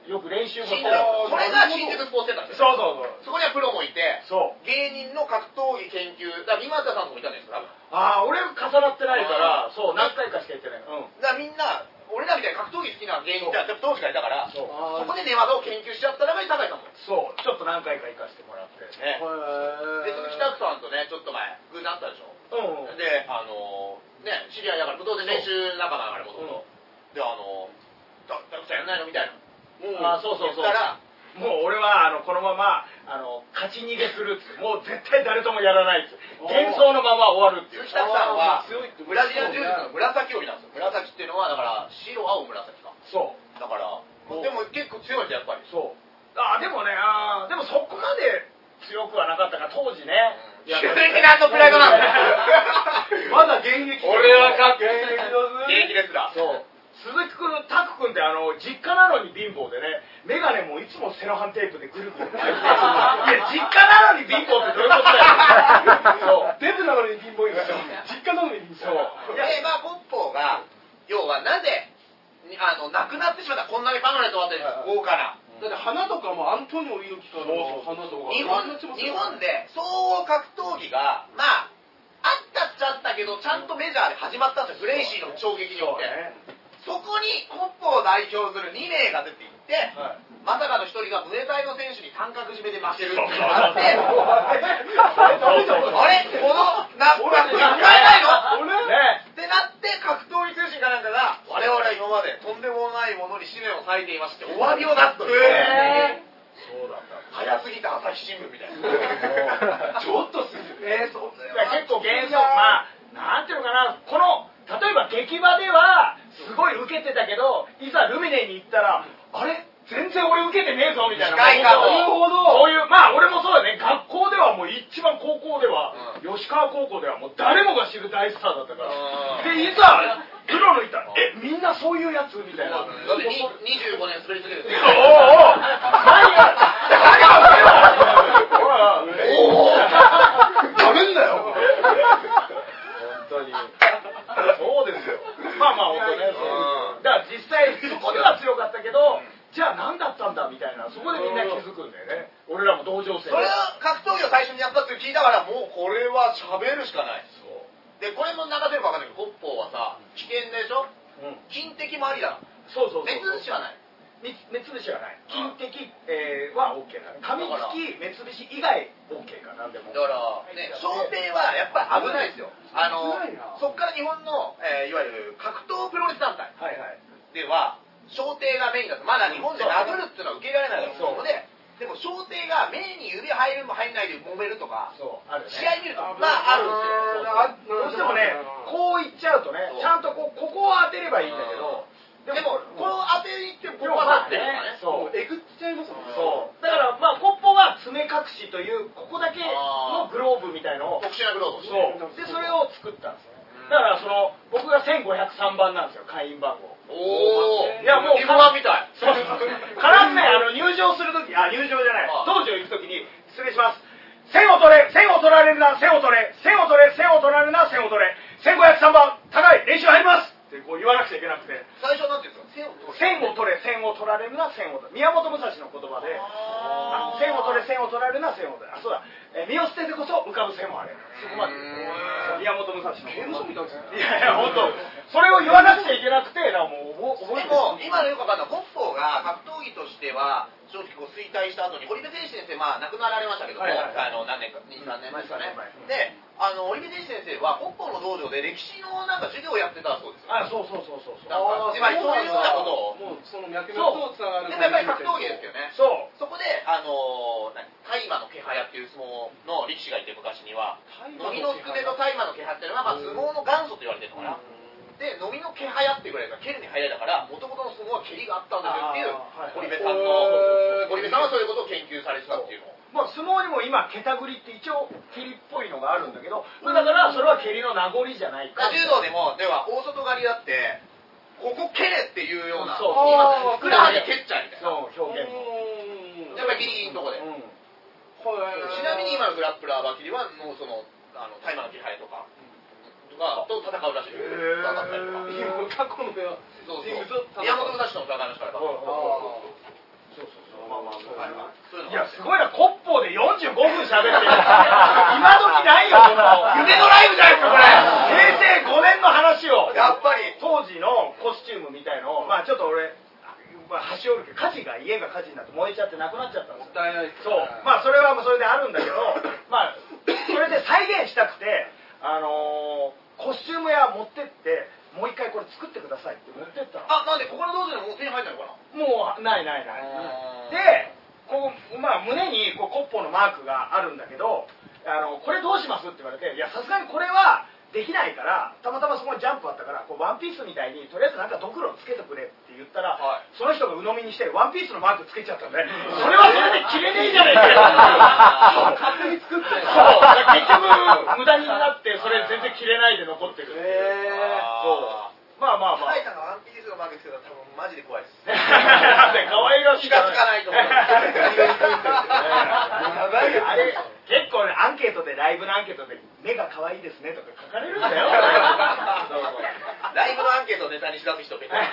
よく練習も新宿それが新宿スポーツセンターですよ。 そうそうそう。 そこにはプロもいて、 そう。 芸人の格闘技研究、だから今田さんともいたんですよ、多分。 ああ、俺重なってないから、そう、何回かしか行ってない。うん。 だからみんな、俺らみたいに格闘技好きな芸人って当時からいたから、そそうこで寝技を研究しちゃったのが酒井さんも。 そう、ちょっと何回か行かせてもらって。 ね。で、その北区さんとね、ちょっと前、偶然会ったでしょ。 うん。 で、あのー、ね、知り合いだから、当然練習仲間だから、もともと。で、あのー、たくさんやんないのみたいな。 あ、そうそうそう。 言ったら、 もう俺はあのこのままあの勝ち逃げするって、もう絶対誰ともやらないって、幻想のまま終わるっていう。 鈴木拓さんはブラジリアン柔術の紫帯なんですよ。紫っていうのはだから白青紫か。 そうだからでも結構強いんですやっぱり。 そう。あでもね、あでもそこまで強くはなかったから当時ね。 急になんのプライドなんだ。 まだ現役。 俺はかっこいい。現役ですら。 そう。鈴木くん、タクくんってあの実家なのに貧乏でね、メガネもいつもセロハンテープでぐるぐる巻いて、いや実家なのに貧乏ってどういうことだよ。そう。 デブなのに貧乏いいんですよ。実家なのに貧乏。 そう。でまあコッポーが要はなぜあの亡くなってしまったこんなにパノレットあって豪華な。 だって花とかもアントニオ猪木からの花とか。 日本日本で総合格闘技がまああったっちゃったけどちゃんとメジャーで始まったんですよ。グレイシーの衝撃によって。そこにコッポを代表するに名が出ていって、はい、まさかのひとりがムエタイの選手に短角締めで負けるっていうのがあって、あれこのな考えないのねってなって格闘技通信かなんかが我々は今までとんでもないものに使命を割いていましてお詫びを出すという。そうだった早すぎた朝日新聞みたいな。ちょっとする。えー、そんな結構幻想、まあなんていうのかな、この例えば劇場ではすごい受けてたけど、いざルミネに行ったらあれ全然俺受けてねえぞみたいな。 近いかも。 なるほど。そういうまあ俺もそうだね。学校ではもう一番高校では、うん、吉川高校ではもう誰もが知る大スターだったから。でいざプロのいたらえみんなそういうやつみたいな。だってにじゅうごねん滑り続けてる。おお。何が何がおお。 ダメんだよ。 本当に。そうですよ。まあまあ本当ね。だから実際そこでは強かったけど、じゃあ何だったんだみたいな、そこでみんな気づくんだよね。俺らも同情生。 それは格闘技を最初にやったって聞いたからもうこれは喋るしかない。そう。でこれも流せるか分かんないけど、コッポーはさ危険でしょ。うん。金敵もありだ。 そうそうそう。 目つぶしはない。 目つぶしはない。金敵、えー、は OK だね。紙付き、目つぶし以外 OK かなんでも。 だからね、小艇はやっぱり危ないですよ。あのそっから日本の、えー、いわゆる格闘プロレス団体では小艇がメインだとまだ日本で殴るっていうのは受けられないので、でも小艇が目に指入るも入んないで揉めるとか、そうあるね、試合見るとまああるんですよ。どうしてもね、こういっちゃうとね、ちゃんとこうここを当てればいいんだけど。 でも、この当てに行ってここは立ってるからね。 そう。 えぐっちゃいますもんね。 そう。だから、まあ、コッポは爪隠しという、ここだけのグローブみたいのを。 特殊なグローブ。 そう。で、それを作ったんですよ。だから、その、僕がせんごひゃくさんばんなんですよ、会員番号。 おー。 いや、もう、 リボワンみたい。 そう。必ずね、あの、入場するとき、あ、入場じゃない。道場行くときに、失礼します。線を取れ、線を取られるな、線を取れ、線を取れ、線を取られるな、線を取れ。せんごひゃくさんばん、高い、練習入りますってこう言わなくちゃいけなくて、 最初なんて言うんですか、 線を取れ、線を取られるな、線を取れ、宮本武蔵の言葉で、線を取れ、線を取られるな、線を取れ、あ、そうだ、えー、身を捨ててこそ浮かぶ線もあれ、そこまで宮本武蔵の言葉。いやいや、本当、それを言わなくちゃいけなくて、だからもう覚えてる。 でも、今のよくわかんない、コッポーが格闘技としては、正直こう衰退した後に、堀部天士先生、まあ亡くなられましたけども、はいはいはい、あの何年か、に、さんねんまえですかね。で、あの堀部天士先生は、コッポーの道場で歴史のなんか授業をやってたそうですよ。 あ、そうそうそうそうそう。 なんかつまりそういうようなことを、 もうその脈々と伝わる。 でもやっぱり格闘技ですよね。 そう。 そこで、あの何、大麻の気配っていう相撲の力士がいて、昔には、飲みのすくめと大麻の気配っていうのは、まあ相撲の元祖と言われてるのかな。で、飲みの毛早っていうぐらいが蹴るに早いだから、もともとの相撲は蹴りがあったんですよっていう、堀部さんの、堀部さんはそういうことを研究されてたっていうの。 まあ相撲にも今、蹴たぐりって一応蹴りっぽいのがあるんだけど、だからそれは蹴りの名残じゃないか。 柔道でも、では大外刈りだって、ここ蹴れっていうような、 そう今、ふくらはぎ蹴っちゃうみたいな。 そう、表現も。 やっぱりギリギリのとこで。うん、ちなみに今のグラップラーバキリは、もうその、あの、大麻の気配とか。がと戦うらしいよ。分かったりとか。 過去の目は。 そうそう。宮本武蔵との戦いの仕方。 まあまあそういうの。 いやすごいな、コッポーでよんじゅうごふん喋ってる。今時ないよこの夢のライブじゃないですかこれ。 平成ごねんの話を、 やっぱり当時のコスチュームみたいのを、まあちょっと俺、まあ、端折るけど、火事が家が火事になって燃えちゃってなくなっちゃったんですよ。 もったいないですね。 そう、まあそれはもうそれであるんだけど、まあそれで再現したくて、あのー、コスチューム屋持ってってもう一回これ作ってくださいって持ってったの。 あ、なんで他の道具でも手に入ったのかな。 もうないないない。で、こうまあ胸にこうコッポのマークがあるんだけど、あのこれどうしますって言われて、いやさすがにこれはできないから、たまたまそこにジャンプあったから、こうワンピースみたいにとりあえずなんかドクロつけてくれって言ったら、はい、その人が鵜呑みにしてワンピースのマークつけちゃったんで、それはそれで着れねえじゃねえかよ。 勝手に作って。 そう結局無駄になってそれ全然着れないで残ってる。へえ。そう。まあまあまあ。 タイさんがワンピースのマークつけたら多分マジで怖いです。 だって可愛らしい。 気がつかないと思う。 やばいよあれ。結構ね、アンケートで、ライブのアンケートで目が可愛いですねとか書かれるんだよ。 ライブのアンケートをネタにしだす人って。で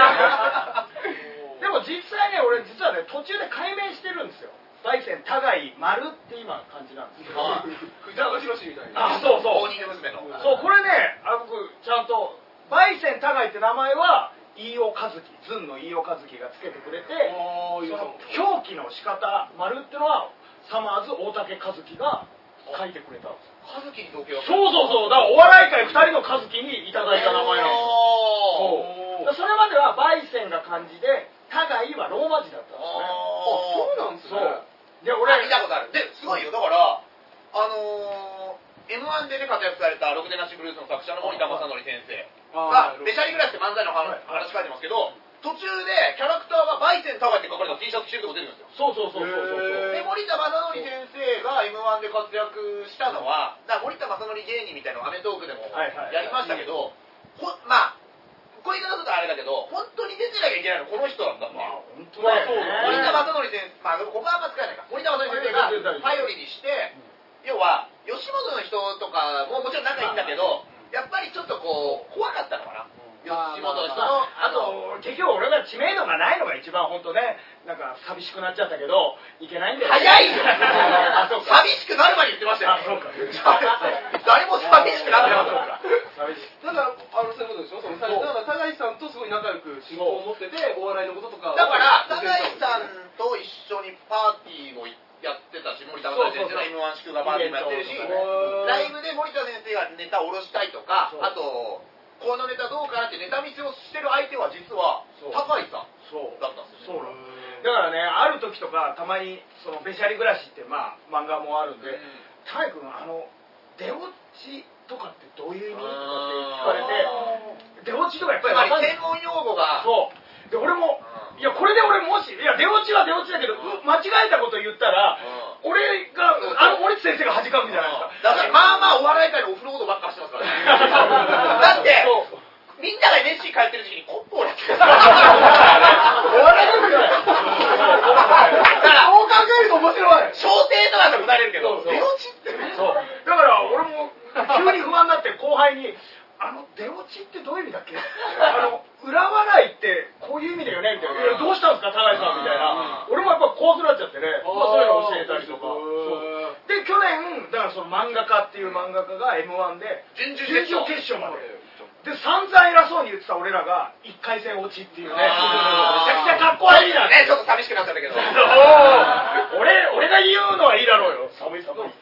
も実際ね、俺実はね、途中で解明してるんですよ。バイセン、互い、丸って今感じなんですよ。 藤原宏みたいな。 あ、そうそう。 モーニング娘。の。 そう、これね、あ僕、ちゃんと、バイセン、互いって名前は、飯尾和樹、ズンの飯尾和樹がつけてくれて、その表記の仕方、丸ってのは、サマーズ大竹和樹が書いてくれたんですよ。 和樹に同居。 そうそうそう、だからお笑い界ふたりの和樹にいただいた名前なんですよ。そう。それまではバイセンが漢字で、互いはローマ字だったんですね。 あ、そうなんですね。そう。 で、俺見たことある。で、すごいよ。だから、あのー、エムワン でね、活躍されたろくでなしブルースの作者の森田正則先生が、ベシャリグラスって漫才の話書いてますけど、途中でキャラクターがバイセンタワーって書かれた T シャツ着てるとこ出てるんですよ。 そうそうそうそうそう。 で、森田正則先生が エムワン で活躍したのは、だから森田正則芸人みたいなのをアメトーークでもやりましたけど、ほまあ、こういう言い方するとあれだけど、本当に出てなきゃいけないのこの人なんだっていう。 本当だよね。 森田正則先生、まあここはあんま使えないか。森田正則先生が頼りにして、要は、吉本の人とかももちろん仲いいんだけど、やっぱりちょっとこう、怖かったのかな。吉本の人の、 あと、結局俺が知名度がないのが一番本当ね、なんか寂しくなっちゃったけど、いけないんだよ。 早いよ寂しくなる前に言ってましたよ。 あ、そうか。 誰も寂しくなってなかった。 ただ、あの、そういうことでしょ。その、だから、高井さんとすごい仲良く仕事を持ってて、お笑いのこととか。 だから、高井さんと一緒にパーティーもやってたし、森田正先生の エムワン 祝賀パーティーもやってるし、ライブで森田先生がネタを下ろしたいとか、あと、このネタどうかなってネタ見せをしてる相手は実は高井さんだったんですよ。 そうだからね、ある時とかたまにそのベシャリ暮らしってまあ漫画もあるんで、高井君あの出落ちとかってどういう意味とかって聞かれて、出落ちとかやっぱり専門用語がそうで俺もいやこれで俺もしいや出落ちは出落ちだけど間違えたこと言ったら俺があの森津先生が恥かくじゃないですか。 だからまあまあお笑い界のオフロードばっかしてますからね。だってみんなが エヌエスシー 通ってる時期にコップをやってるからお笑い界だよ。だからそう考えると面白い。 小艇とかでもなれるけど出落ちってそうだから俺も急に不安になって後輩にあの出落ちってどういう意味だっけあの裏笑いってこういう意味だよねみたいな、どうしたんですか高井さんみたいな、俺もやっぱ怖くなっちゃってね、まあ、そういうの教えたりとか。で去年だからその漫画家っていう漫画家が エムワン で準々決勝までで散々偉そうに言ってた俺らがいっかい戦落ちっていうね、めちゃくちゃかっこいいなね。ちょっと寂しくなったんだけど俺俺が言うのはいいだろうよ。寒い寒いい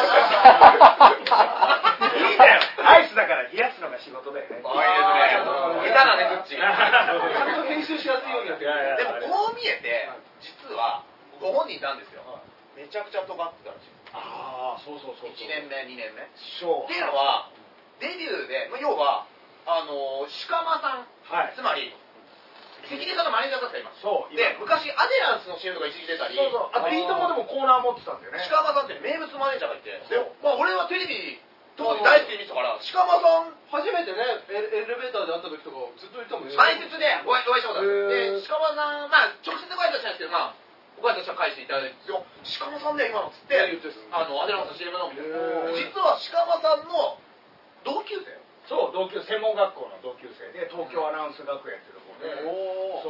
いんだよ、アイスだから冷やすのが仕事だよね。 いいですね。下手なね、ずっち。ちゃんと編集しやすいようになってる。 でもこう見えて、実はご本人なんですよ。めちゃくちゃ尖ってたんですよ。 ああ、そうそうそう。 いちねんめ、にねんめ。 そう。 っていうのは、デビューで、要は、あの、鹿間さん、つまり、関根さんのマネージャーだった今。そう。で、昔、アデランスの シーエム とか一時出たり、 そうそう。あと、ビートもでもコーナー持ってたんだよね。 鹿間さんって名物マネージャーがいて、で、まあ俺はテレビ、当時大好きで見てたから、鹿間さん、 初めてね、エレベーターで会った時とかずっと言ったもんね。 前説でお会いしたことある。で、鹿間さん、まあ、直接ご挨拶したんですけど、まあ、ご挨拶は返していただいて、鹿間さんね、今のっつって、あの、アデランスの シーエム の、実は鹿間さんの同級生。 そう、同級専門学校の同級生で東京アナウンス学園っていうところで、そう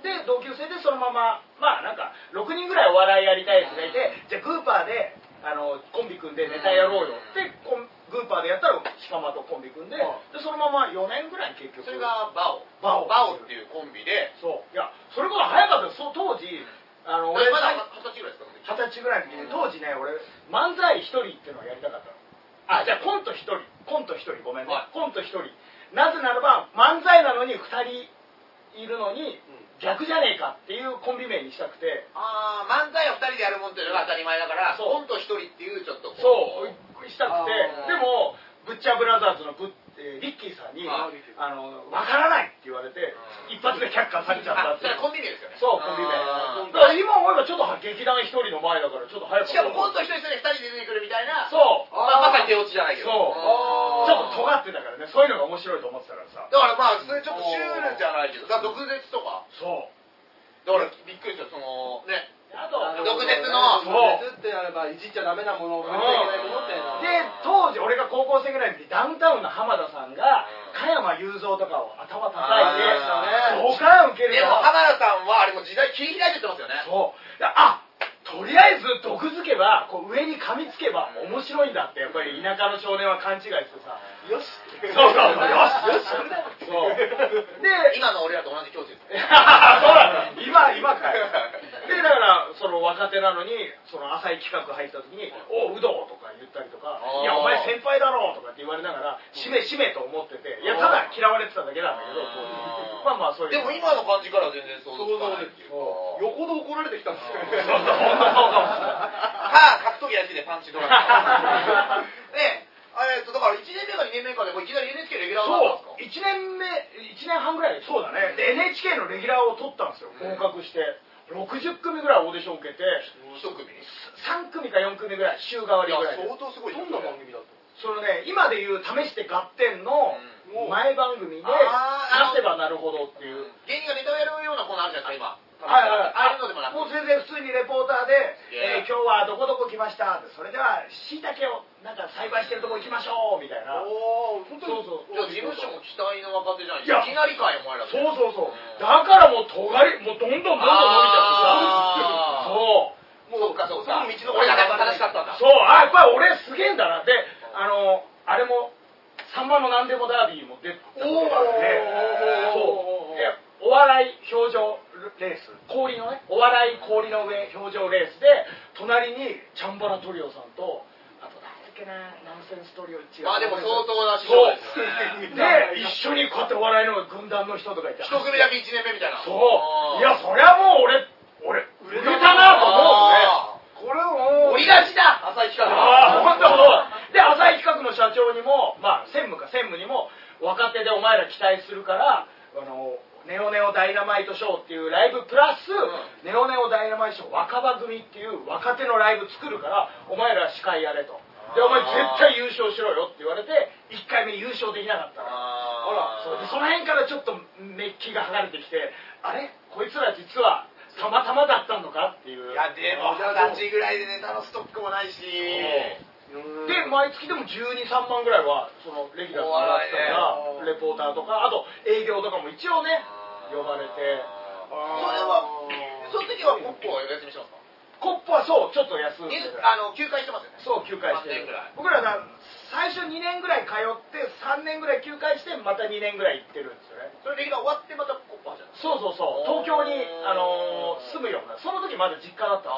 で同級生でそのまままあなんかろくにんぐらいお笑いやりたいやつがいて、じゃあグーパーであのコンビ組んでネタやろうよってコングーパーでやったらシカマとコンビ組んで、でそのままよねんぐらい結局それがバオバオバオっていうコンビで、 そういやそれこそ早かったです。そう当時あの俺まだ二十歳ぐらいですか？ 二十歳ぐらいの時に当時ね俺漫才一人っていうのをやりたかったの。あじゃあコント一人コント一人ごめんね、はい、コント一人なぜならば漫才なのに二人いるのに逆じゃねえかっていうコンビ名にしたくて、 ああ漫才を二人でやるもんっていうのが当たり前だからコント一人っていうちょっとそうしたくて、でもブッチャーブラザーズのブッ、えー、リッキーさんにあの分からないって言われて一発で却下されちゃったっていう。 コンビ名ですよね。 そうコンビ名だから今思えばちょっと劇団一人の前だからちょっと早く、 しかもコント一人一人で二人で出てくるみたいな、 そうまあ、まさに手落ちじゃないけど、 そうちょっと尖ってたからね、そういうのが面白いと思ってたからさ、 だからまあそれちょっとシュールじゃないけど、だから毒舌とか、 そうだからびっくりした、そのね、 あと毒舌の毒舌ってあればいじっちゃダメなものを触れちゃいけないものってで当時俺が高校生ぐらいの時ダウンタウンの浜田さんが加山雄三とかを頭叩いてそこから受ける。 でも浜田さんはあれも時代切り開いてってますよね。 そうあとりあえず毒づけばこう上に噛みつけば面白いんだってやっぱり田舎の少年は勘違いしてさ、 よしそうそうそうよしよしそれだそうで今の俺らと同じ境地ですそうだ今今かいでだからその若手なのにその浅い企画入った時に「おううどう」とか言ったりとか「いやお前先輩だろ」とかって言われながら「しめしめ」と思ってて、いやただ嫌われてただけなんだけど、まあまあそういう。 でも今の感じからは全然想像つかないっていうか、 横で怒られてきたんですよね。 そうそう本当そうかもしれない。 か格闘技やっててパンチドラマねえっとだからいちねんめかにねんめかでもういきなり エヌエイチケー レギュラーになったんですか？ そういちねんめいちねんはんぐらいそうだね。で エヌエイチケー のレギュラーを取ったんですよ、合格して。ろくじゅっ組ぐらいオーディション受けていち組さん組かよん組ぐらい週替わりぐらいで。 相当すごい。 どんな番組だったの？ そのね今でいう試して合点の前番組で出せばなるほどっていう芸人がネタをやるようなコーナーあるじゃないですか今。 はいはい、 ああいうのでもなくもう全然普通にレポーターで「えー、今日はどこどこ来ました」それではしいたけをなんか栽培してるとこ行きましょうみたいな。 おお本当に。 そうそうじゃあ事務所も期待の若手じゃない。いきなりかよお前ら。 そうそうそう、だからもうとがりもうどんどんどんどん伸びちゃってさ、そうもうそうかそうか、道の俺が正しかったんだ。 そうあやっぱり俺すげえんだな。であのあれもさんばんのなんでもダービーも出たことがあってそうでお笑い表情レース氷のねお笑い氷の上表情レースで隣にチャンバラトリオさんとあと誰だっけなナンセンストリオ違うまあでも相当な師匠ですよね。で一緒にこうやってお笑いの軍団の人とかいて一組だけいちねんめみたいな。 そういやそりゃもう俺俺売れたなと思うね。これも売り出しだ浅井企画。 ああ本当そうで浅井企画の社長にもまあ専務か専務にも若手でお前ら期待するからあのネオネオダイナマイトショーっていうライブプラス、うん、ネオネオダイナマイトショー若葉組っていう若手のライブ作るからお前ら司会やれと。でお前絶対優勝しろよって言われていっかいめ優勝できなかったらほらそでその辺からちょっとメッキが剥がれてきてあれこいつら実はたまたまだったのかっていう。 いやでも二十歳ぐらいでネタのストックもないしで毎月でもじゅうに、さんまんぐらいはそのレギュラーもらってたからレポーターとかあと営業とかも一応ね呼ばれて。 それはその時はコップをお休みしますか？ コップはそうちょっと休んであの休会してますよね。 そう休会して僕らな最初にねんぐらい通ってさんねんぐらい休会してまたにねんぐらい行ってるんですよね。 それレギュラー終わってまたコップ始めた。 そうそうそう東京に、あのー、住むようなその時まだ実家だったん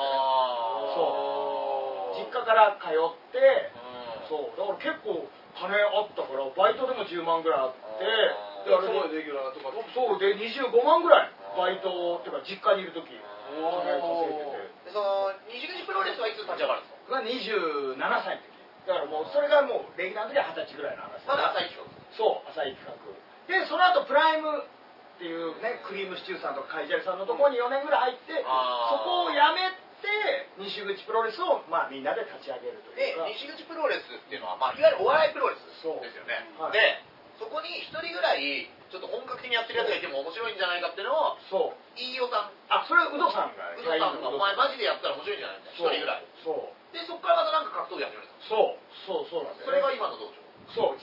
ですよね。そう実家から通ってそうだから結構金あったからバイトでもじゅうまんぐらいあってであれでレギュラーとかそうでにじゅうごまんぐらいバイトっていうか実家にいる時金稼いでて。 その西口プロレスはいつ立ち上がるんですか？ がにじゅうななさいの時だからもうそれがもうレギュラーの時ははたちぐらいの話。 まだ浅い企画。 そう浅い企画でその後プライムっていうねクリームシチューさんとかカイジャリさんのところによねんぐらい入って、うん、そこを辞めて西口プロレスをまあみんなで立ち上げるというか。 で西口プロレスっていうのは、まあ、いわゆるお笑いプロレスですよね。はい、でそこに一人ぐらいちょっと本格的にやってるやつがいても面白いんじゃないかっていうのをそう飯尾さんあそれはウドさんがウドさんがお前マジでやったら面白いんじゃないか一人ぐらいそうでそこからまたなんか格闘技始めるんですか？ そうそうそうなんだよ、ね、 それが今の道場。 そう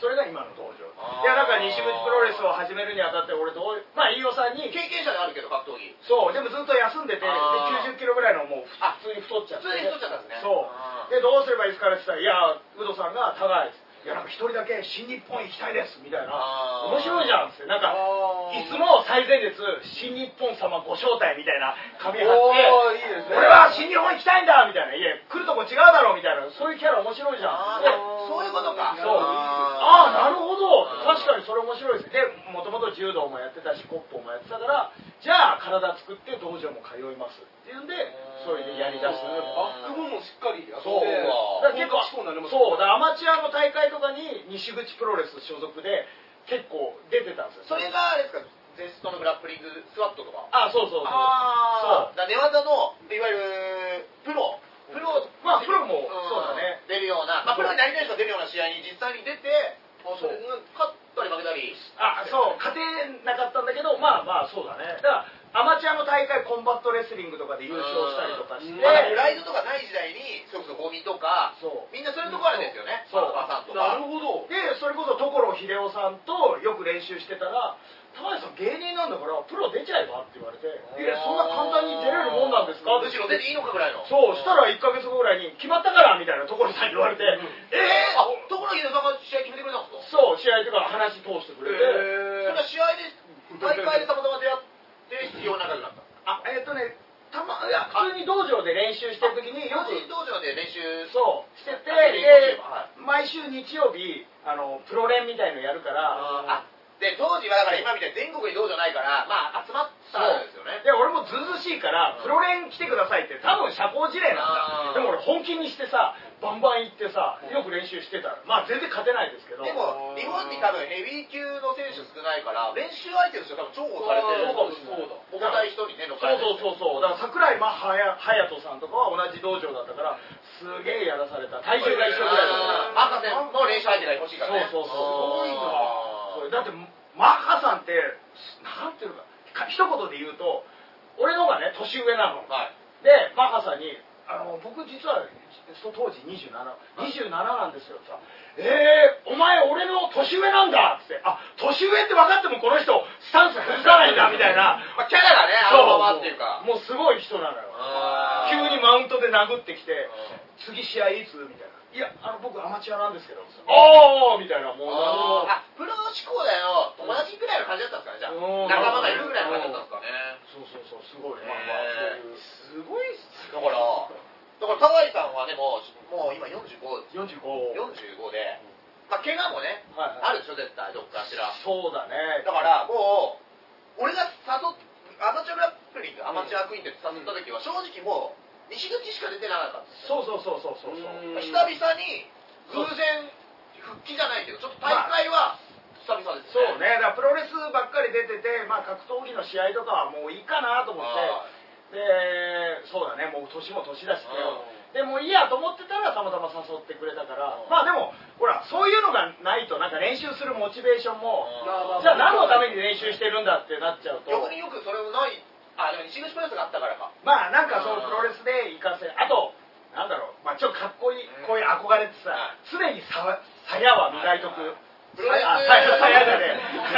それが今の道場。いやだから西口プロレスを始めるにあたって俺どうまあ飯尾さんに経験者であるけど格闘技そうでもずっと休んでてできゅうじゅっキロぐらいのもう普通に太っちゃって普通に太っちゃったんですねそうでどうすればいいですかって言ったらいやウドさんが高いいやなんか一人だけ新日本行きたいですみたいな面白いじゃんってなんかいつも最前列新日本様ご招待みたいな紙貼っていいです、ね、俺は新日本行きたいんだみたいないや来るとこ違うだろみたいなそういうキャラ面白いじゃんそういうことかそうああなるほど確かにそれ面白いですでもともと柔道もやってたしコップもやってたからじゃあ体作って道場も通いますっていうんでそれでやりだすバックボーンもしっかりやってそうだから結構そうだアマチュアの大会とかに西口プロレス所属で結構出てたんですよそれがあれですかゼストのグラップリングスワットとかあそうそうそうあそうだ寝技のいわゆるプロプロまあプロもそうだね出るようなまあプロになりたい人が出るような試合に実際に出てそれが勝ったり負けたりあそう勝てなかったんだけどまあまあそうだねだからアマチュアの大会コンバットレスリングとかで優勝したりとかしてまあプライドとかない時代にそれこそゴミとかそうみんなそういうとこあるんですよねそうさんとかなるほどでそれこそ所秀夫さんとよく練習してたら高橋さん芸人なんだからプロ出ちゃえばって言われていやそんな簡単に出れるもんなんですかむしろ出ていいのかぐらいのそうしたらいっかげつごぐらいに決まったからみたいな所さんに言われて、うん、ええー、あ所秀夫さんが試合決めてくれたんですかそう試合とか話通してくれて、 えー、それは試合で大会でたまたま出会って必要なくなったあえっ、ー、とねたまいや普通に道場で練習してる時によく道場で練習そうしててで毎週日曜日あのプロ練みたいのやるからあで当時はだから今みたいに全国に道場ないからまあ集まったんですよねで俺もずうずしいからプロ練来てくださいって多分社交辞令なんだでも俺本気にしてさバンバン行ってさよく練習してたらまあ全然勝てないですけどでも日本に多分ヘビー級の選手少ないから練習相手として多分重宝されてるそうそうだ重たい人にね乗っかれてそうそうそうそうだから桜井ま隼人さんとかは同じ道場だったからすげえやらされた体重が一緒ぐらいだマカセンの練習相手が欲しいからねそうそうそうすごいなだってマッハさんってなんていうのか一言で言うと俺の方がね年上なの、はい、でマッハさんにあの僕実は当時にじゅうなな、にじゅうなななんですよってさえー、お前俺の年上なんだってあ年上って分かってもこの人スタンス崩さないんだみたいなまあキャラがねあのままっていうかもうすごい人なのよ急にマウントで殴ってきて次試合いつみたいないやあの僕アマチュアなんですけどああみたいなもう何もあプロ志向だよ友達ぐらいの感じだったんですかねじゃあ仲間がいるぐらいの感じだったんですかねそうそうそうすごいね、 まあまあ、 すごいっすだからだから高井さんはでももう今よんじゅうごよんじゅうごよんじゅうごでまあ怪我もね、はいはい、あるでしょ絶対どっかしらそうだねだからもう俺が誘っアマチュアグラップリングアマチュアクイーンって誘った時は正直もう西口しか出てなかったんですよそうそうそうそうそう久々に偶然復帰じゃないけどちょっと大会は久々ですね、 そうねだからプロレスばっかり出てて、まあ、格闘技の試合とかはもういいかなと思ってでそうだねもう年も年だしねでもいいやと思ってたらたまたま誘ってくれたからまあでもほらそういうのがないとなんか練習するモチベーションもじゃあ何のために練習してるんだってなっちゃうと逆によくそれもないあでも西口プロレスがあったからかまあなんかそのプロレスで行かせあとなんだろう、まあ、ちょっとかっこいいこういう憧れってさ常にさ鞘は磨いとくプロレス鞘だね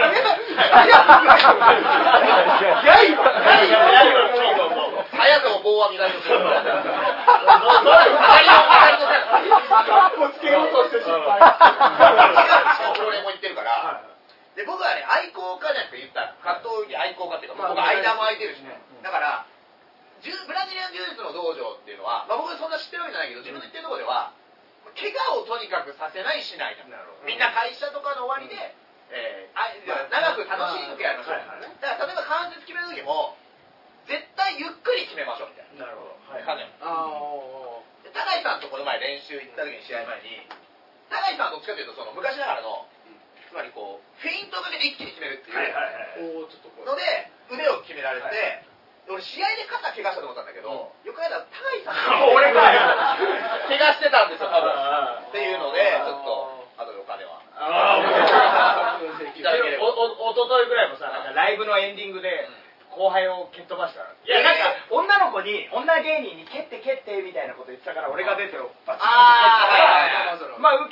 鞘と棒は磨いとくつけようとして失敗プロレスも言ってるからで僕はね愛好家じゃなくて言ったら格闘技愛好家っていうか僕間も空いてるしねだからブラジリアン柔術の道場っていうのは、まあ、僕そんな知ってるわけじゃないけど自分の言ってるところでは怪我をとにかくさせないしないみんな会社とかの終わりで、えー、あ長く楽しい時やりましょうだから例えば関節決める時も絶対ゆっくり決めましょうみたいななるほど感じ高井さんとこの前練習行った時に試合前に高井さんはどっちかというとその昔ながらのつまりこうフェイントかけて一気に決めるっていうので腕を決められて俺試合で肩怪我したと思ったんだけど、よくやったら高井さんが俺が怪我してたんですよ多分っていうのでちょっと後でお金はああおとといぐらいもさなんかライブのエンディングで後輩を蹴っ飛ばしたいやなんか女の子に女芸人に蹴って蹴ってみたいなこと言ってたから俺が出てバチンと蹴ったらまあ受け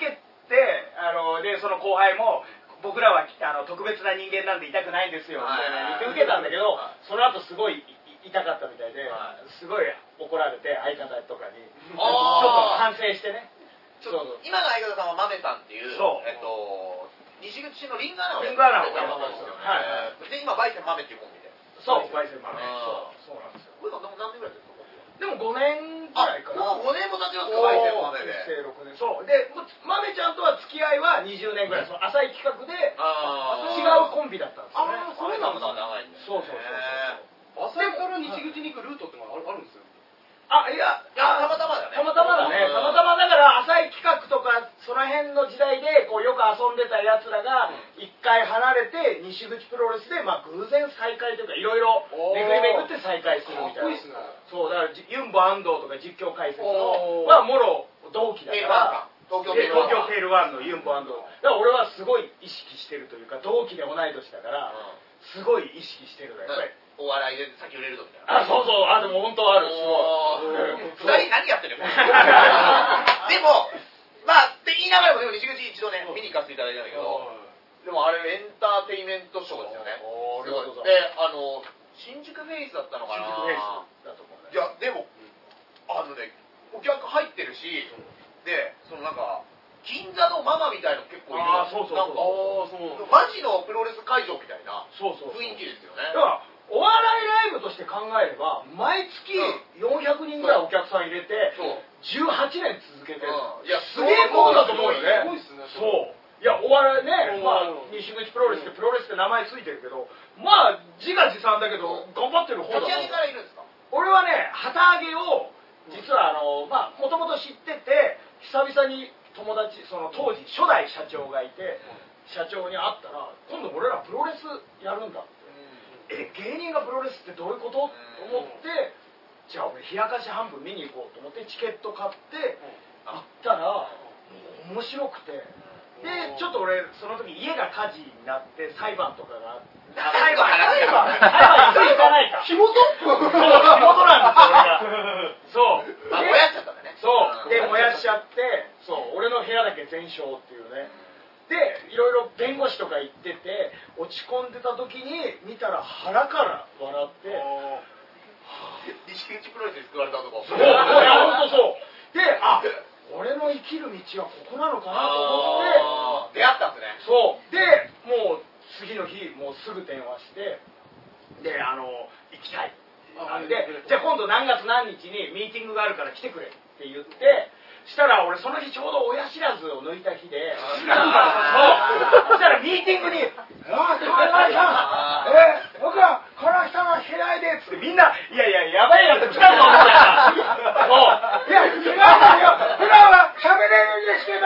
て、あのでその後輩も僕らはあの特別な人間なんで痛くないんですよみたいな言って受けたんだけど、その後すごい痛かったみたいで、すごい怒られて相方とかにちょっと反省してね。 今の相方さんは豆さんっていう、えっと西口のリンガーナをリンガーナをやってますよね。で今バイセン豆っていうコンビで。 そうバイセン豆。そうそうなんですよ。 これ何年ぐらいですか？ でもごねんぐらいかな。 もうごねんも経ちますか、バイセン豆で。 ろくねん。そう。で、豆ちゃんとは付き合いはにじゅうねんぐらい、その浅い企画で違うコンビだったんですよね。 ああ、そうなんだ。長いんだ。 そうそうそうそう。 浅井から西口に行くルートってのがあるんですよ。 あ、いや、 たまたまだね。 たまたまだね。たまたまだから浅い企画とかその辺の時代でこうよく遊んでたやつらが一回離れて西口プロレスでまあ偶然再会というかいろいろ巡り巡って再会するみたいな。そうだからユンボ安藤とか実況解説のはもろ同期だから。東京テールワンのユンボ安藤。だから俺はすごい意識してるというか同期で同い年だからすごい意識してるだよ。 お笑いで先売れるぞみたいな。 あ、そうそう、あ、でも本当ある。 ふたり何やってるの？でも、まあ、って言いながらも、でも西口一度ね、見に行かせていただいたんだけど、でもあれ、エンターテイメントショーですよね。で、あの、新宿フェイスだったのかな？ 新宿フェイスだと思うね。 いや、でも、あのね、お客入ってるし、で、そのなんか、銀座のママみたいなの結構いる。 あ、そうそうそう。 マジのプロレス会場みたいな雰囲気ですよね。 だからお笑いライブとして考えれば毎月よんひゃくにんぐらいお客さん入れてじゅうはちねん続けてる。いやすげえことだと思うよね。そういやお笑いね、まあ西口プロレスってプロレスって名前ついてるけど、まあ自画自賛だけど頑張ってる方だ。 立ち上げからいるんですか？ 俺はね旗揚げを実はあのまあもともと知ってて久々に友達その当時初代社長がいて社長に会ったら今度俺らプロレスやるんだって。え芸人がプロレスってどういうことと思ってじゃあ俺冷やかし半分見に行こうと思ってチケット買って行ったら面白くてでちょっと俺その時家が火事になって裁判とかがあって裁判裁判裁判行かないか火元そう火元なんですよ俺がそうあ燃やしちゃったんだね。 そうで燃やしちゃってそう俺の部屋だけ全焼っていうねでいろいろ弁護士とか行ってて落ち込んでた時に見たら腹から笑って西口プロレスに救われたとこ。 そういや本当そうであ俺の生きる道はここなのかなと思って出会ったんですね。 そうでもう次の日もうすぐ電話してであの行きたいなんでじゃあ今度何月何日にミーティングがあるから来てくれって言ってしたら俺その日ちょうど親知らずを抜いた日でそうそしたらミーティングに「ああ河合さんえ僕はこの人の嫌いで」っつってみんないやいややばいやつ来たぞみたいなそういや違うんですよ普段は喋れるんですけど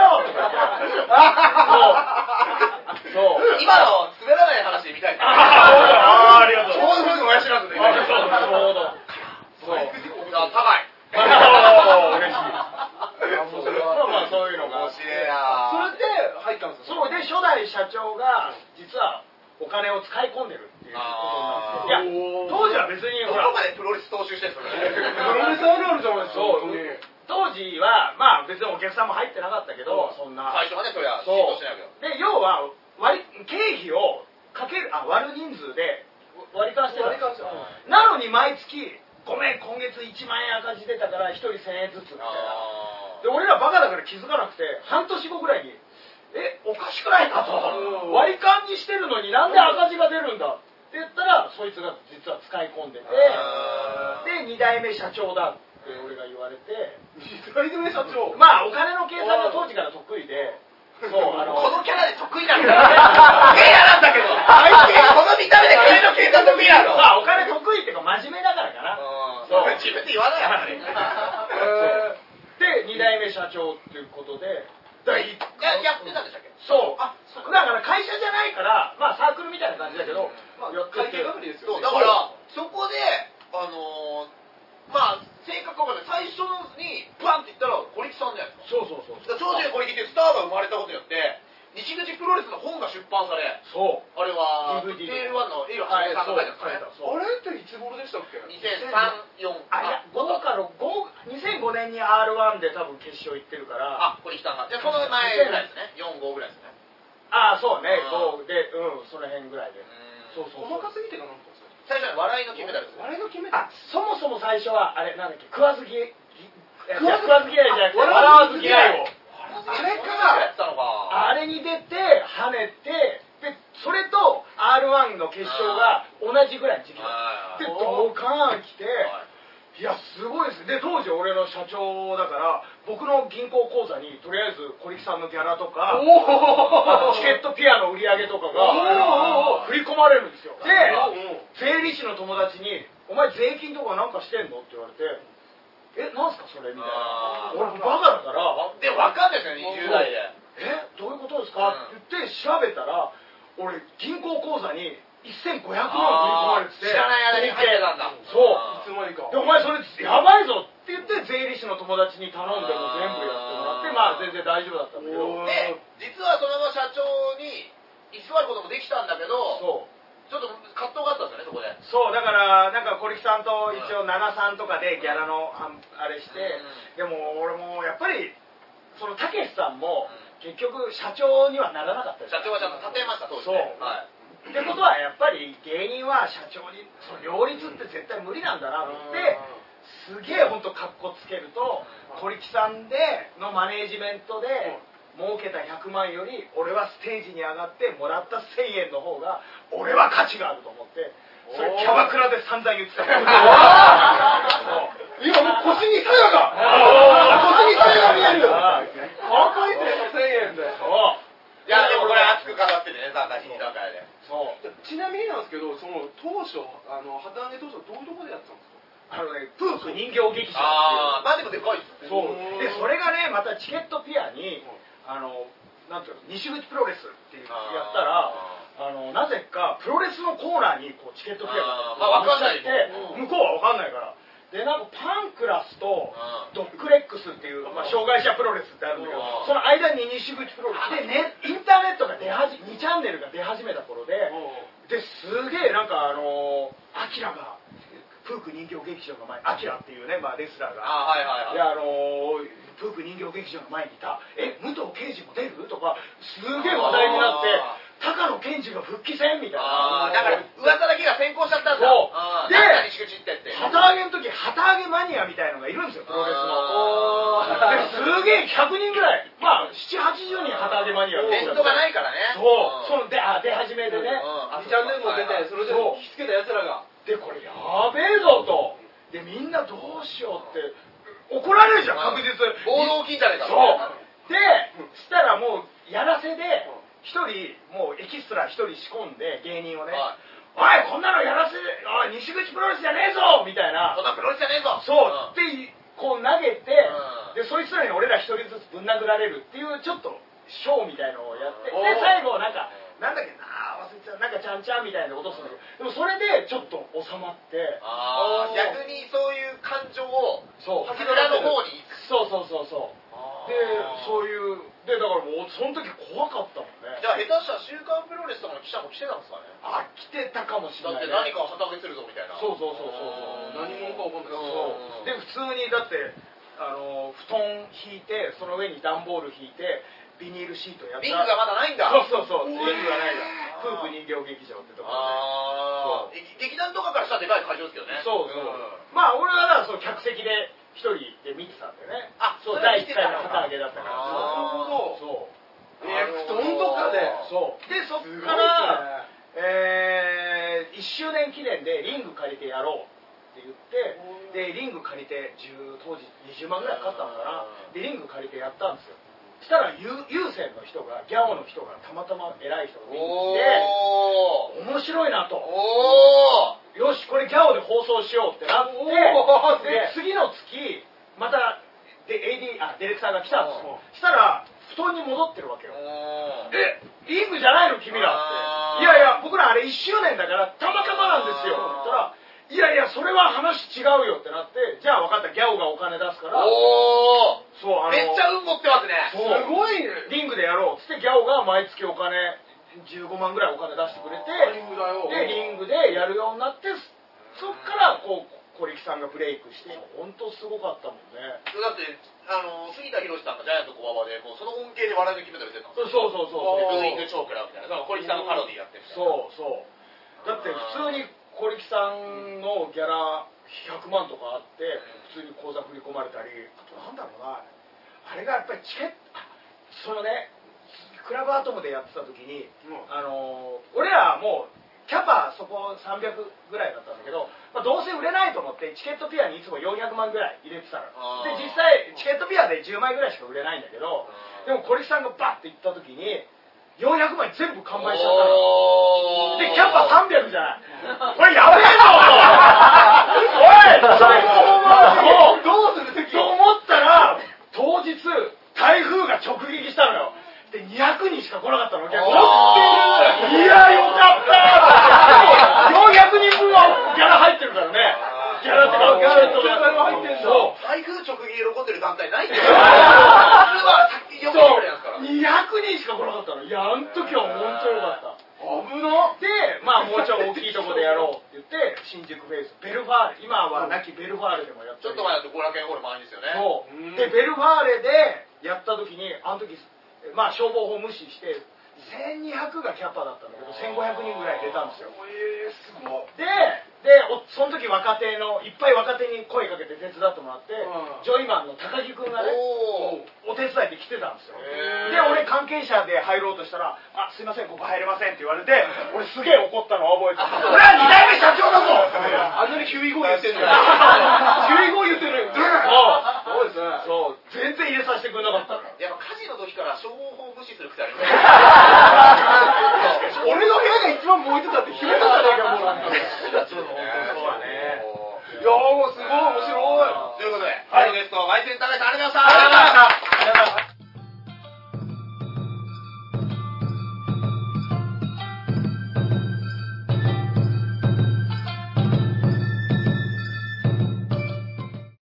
そうそう今の滑らない話で見たい。 ああありがとうちょうど親知らずで見たい。 ちょうどそうあ高い。 嬉しいまあそういうのが面白いな。 それで入ったんですそうで初代社長が実はお金を使い込んでるっていうことになっていや当時は別にどこまでプロレス踏襲してるんですか？ プロレスあるあるじゃないですか。 当時はまあ別にお客さんも入ってなかったけどそんな最初はねそりゃそう浸透してないけどで要は割経費をかけるあ割る人数で割り勘してるなのに毎月ごめん今月いちまんえん赤字出たからひとりせんえんずつみたいなで俺らバカだから気づかなくて半年後ぐらいにえおかしくないかと割り勘にしてるのになんで赤字が出るんだって言ったらそいつが実は使い込んでてでに代目社長だって俺が言われてに代目社長まあお金の計算が当時から得意でそうあのこのキャラで得意なんだ変なんだけどこの見た目で金の計算得意なの。 まあお金得意っていうか真面目だからかなそう自分で言わないやっぱりでに代目社長っていうことでだからやってたんでしたっけ？ そうあだから会社じゃないからまあサークルみたいな感じだけどまあ会計係ですよね。 だからそこであのまあ正確か分かんない最初にバンって言ったら小力さんじゃないですか。 そうそうそう長寿小力っていうスターが生まれたことによって西口プロレスの本が出版され、 そうあれはディーブイディーエーワン のエイロハさんが書いてあるんですかね。 あれっていつ頃でしたっけ？ にせんさん、よん、 あ、いや、ごかろく、にせんごねんに アールワン で多分決勝行ってるから、 あ、これ来たんが。じゃあその前ぐらいですね。よん、ごぐらいですね。 ああ、そうね、 あーごで、うん、その辺ぐらいで。そうそうそう。 細かすぎてかなんかですよ。 最初は笑いの金メダルですよ。 あれの決めた。 あ、そもそも最初は、あれ、なんだっけ、食わず嫌い、食わずわず嫌いじゃなくて、笑わず嫌いを。 あれかやってたのか。 あれに出て、跳ねて、で、それと アールワン の決勝が同じぐらいの時期だった。で、ドカーン来て、いや、すごいですね。で、当時俺の社長だから、僕の銀行口座に、とりあえず小力さんのギャラとか、あとチケットピアの売り上げとかが振り込まれるんですよ。で、税理士の友達に、お前税金とかなんかしてんのって言われて、え、なんすかそれみたいな。俺バカだから、 でも分かんないですよね、にじゅう代で。 え、どういうことですかって言って調べたら、俺、銀行口座にせんごひゃくまん振り込まれてて、 知らない間に入ってたんだ。 そう。 いつまでか。 で、お前それやばいぞって言って税理士の友達に頼んでも全部やってもらって、まあ全然大丈夫だったんだけど。 で、実はそのまま社長に居座ることもできたんだけど、 そう。 ちょっと葛藤があったんですよね、そこで。 そう、だから、なんか小力さんと一応ななさんとかでギャラのああれして、でも俺もやっぱり、そのたけしさんも結局社長にはならなかったです。 社長はちゃんと立てました、当時そう。 ね。はい。 ってことはやっぱり芸人は社長にその両立って絶対無理なんだなってすげえ本当カッコつけると小力さんでのマネージメントで儲けたひゃくまんより俺はステージに上がってもらったせんえんの方が俺は価値があると思ってそれキャバクラで散々言ってた。 今もう腰に鞘が腰に鞘が見える。 本当にせんえんで。 いや、でもこれ熱く語っててね、参加新段階で。 そう。 ちなみになんですけど、その当初、あの旗揚げ当初どういうところでやってたんですか？ あのね、プーク人形劇場っていう。 ああ、まあでもでかいですそう。で、それがね、またチケットピアに、あの、なんていうの、西口プロレスっていうやったら、あの、なぜかプロレスのコーナーにこうチケットピアがまあわかんないて、向こうはわかんないから。で、なんかパンクラスとドッグレックスっていう、まあ、障害者プロレスってあるんだけど、その間に西口プロレスで、ね、インターネットが出始め、にチャンネルが出始めた頃で、で、すげえなんかあの、アキラが、プーク人形劇場の前に、アキラっていうね、まあ、レスラーが、 あはいはいはい。 で、あのー、プーク人形劇場の前にいた、え、武藤敬司も出るとか、すげえ話題になって、高野健二が復帰戦みたいな。 だから噂だけが先行しちゃったんだ。 そう。 で、西口ってって。 旗揚げの時、旗揚げマニアみたいのがいるんですよ、プロレスの。ですげえひゃくにんぐらい、まあ、ななじゅう、はちじゅうにん旗揚げマニアがいる。 ネットがないからね。 そう。その出出始めでね。 にチャンネルも出て、それで引きつけた奴らが。 で、これやべえぞと。で、みんなどうしようって、怒られるじゃん、確実。 暴動起きんじゃねえか。 そう。で、したらもう、やらせで、一人、もうエキストラ一人仕込んで、芸人をね、おい、こんなのやらせで、おい、西口プロレスじゃねえぞみたいな。 そんなプロレスじゃねえぞそう、って、こう投げて、で、そいつらに俺ら一人ずつぶん殴られるっていう、ちょっと、ショーみたいのをやって、で、最後、なんか、なんだっけな、忘れちゃう、なんかちゃんちゃんみたいなの落とすんだけど、でもそれでちょっと収まって、 ああ、逆にそういう感情を、 そう、 吐き裏の方に。 そうそうそうそう。で、そういう、で、だからもう、その時怖かったもんね。 じゃあ、下手したら週刊プロレスとかの記者も来てたんですかね。 あ、来てたかもしれない、 だって何かを旗揚げするぞみたいな。 そうそうそうそう。 何者かわかんない。 そう。で、普通に、だって、あの、布団引いて、その上に段ボール引いて、ビニールシートやった。 リングがまだないんだ。 そうそうそう。リングがないだ。フープ人形劇場ってところで。 ああ。劇団とかからしたらでかい会場ですけどね。 そうそう。まあ、俺はだから、その客席で一人で見てたんだよね。 あ、 そう、だいいっかいの旗揚げだったから。 なるほど。 そう。 え、布団とかで。 そう。で、そっから、えー、いっしゅうねん記念でリング借りてやろうって言って、で、リング借りて、じゅう当時にじゅうまんぐらいかかったのかな。で、リング借りてやったんですよ。したら、有線の人が、ギャオの人が、たまたま偉い人が見に来て、面白いなと。 おーよし、これギャオで放送しようってなって、で、次の月、また、で、エーディー、あ、ディレクターが来たんですよ。したら、布団に戻ってるわけよ。え、リングじゃないの君らって。いやいや、僕らあれいっしゅうねんだから、たまたまなんですよ。って言ったら、 いやいやそれは話違うよってなって、じゃあ分かったギャオがお金出すから、 おおそうあのめっちゃ運持ってますね。 すごいリングでやろうっつってギャオが毎月お金じゅうごまんぐらいお金出してくれて、 リングだよ。 でリングでやるようになって、そっからこう小力さんがブレイクして、本当すごかったもんね。 だってあの杉田博さんがジャイアントコババでもうその恩恵で笑いの金メダル出てたんですよ。そうそうそうそう。 ブーイングチョークラみたいな、小力さんのパロディやってるみたいな。 そうそう。だって普通に小力さんのギャラひゃくまんとかあって普通に口座振り込まれたり、あとなんだろうな、あれがやっぱりチケット、そのねクラブアトムでやってた時に、うん、あの俺らもうキャパそこさんびゃくぐらいだったんだけど、まあ、どうせ売れないと思ってチケットピアにいつもよんひゃくまんぐらい入れてたので、実際チケットピアでじゅうまいぐらいしか売れないんだけど、でも小力さんがバッて行った時によんひゃくまい全部完売しちゃったので、キャパさんびゃくじゃないこれやべえぞおいそれもうどうすると思ったら当日台風が直撃したのよ。でにひゃくにんしか来なかったの。いやよかったよんひゃくにんぶんはギャラ入ってるからね。ギャラってかギャラとか入ってんだ。 台風直撃喜んでる団体ないんだよ。普通はさっきよんひゃくぐらいなんですから。 にひゃくにんしか来なかったの。いやあの時は本当よかった。危なでまあもうちょい大きいとこでやろうって言って新宿フェイスベルファーレ、今は亡きベルファーレでもやってちょっと前だと後楽園ホールもあるんですよね。 そうでベルファーレでやった時にあの時まあ消防法無視してせんにひゃくがキャパだったんだけどせんごひゃくにんぐらい出たんですよ。えー、すごい。ででその時若手のいっぱい若手に声かけて手伝ってもらって、うん、ジョイマンの高木君がね お, お手伝いで来てたんですよ。で俺関係者で入ろうとしたら「あすいませんここ入れません」って言われて俺すげえ怒ったのを覚えてる。俺はにだいめ社長だぞあんなにヒューイゴー言ってんのよヒューイゴー言ってるそうですね。そう全然入れさせてくれなかったの。 やっぱ火事の時から消防法無視するくせあります俺の部屋が一番燃えてたって決めたじゃねえかもうなんかそうだね。 いやーもうすごい面白い。 ということで、はい、ゲスト、マイセン高橋さんありがとうございました。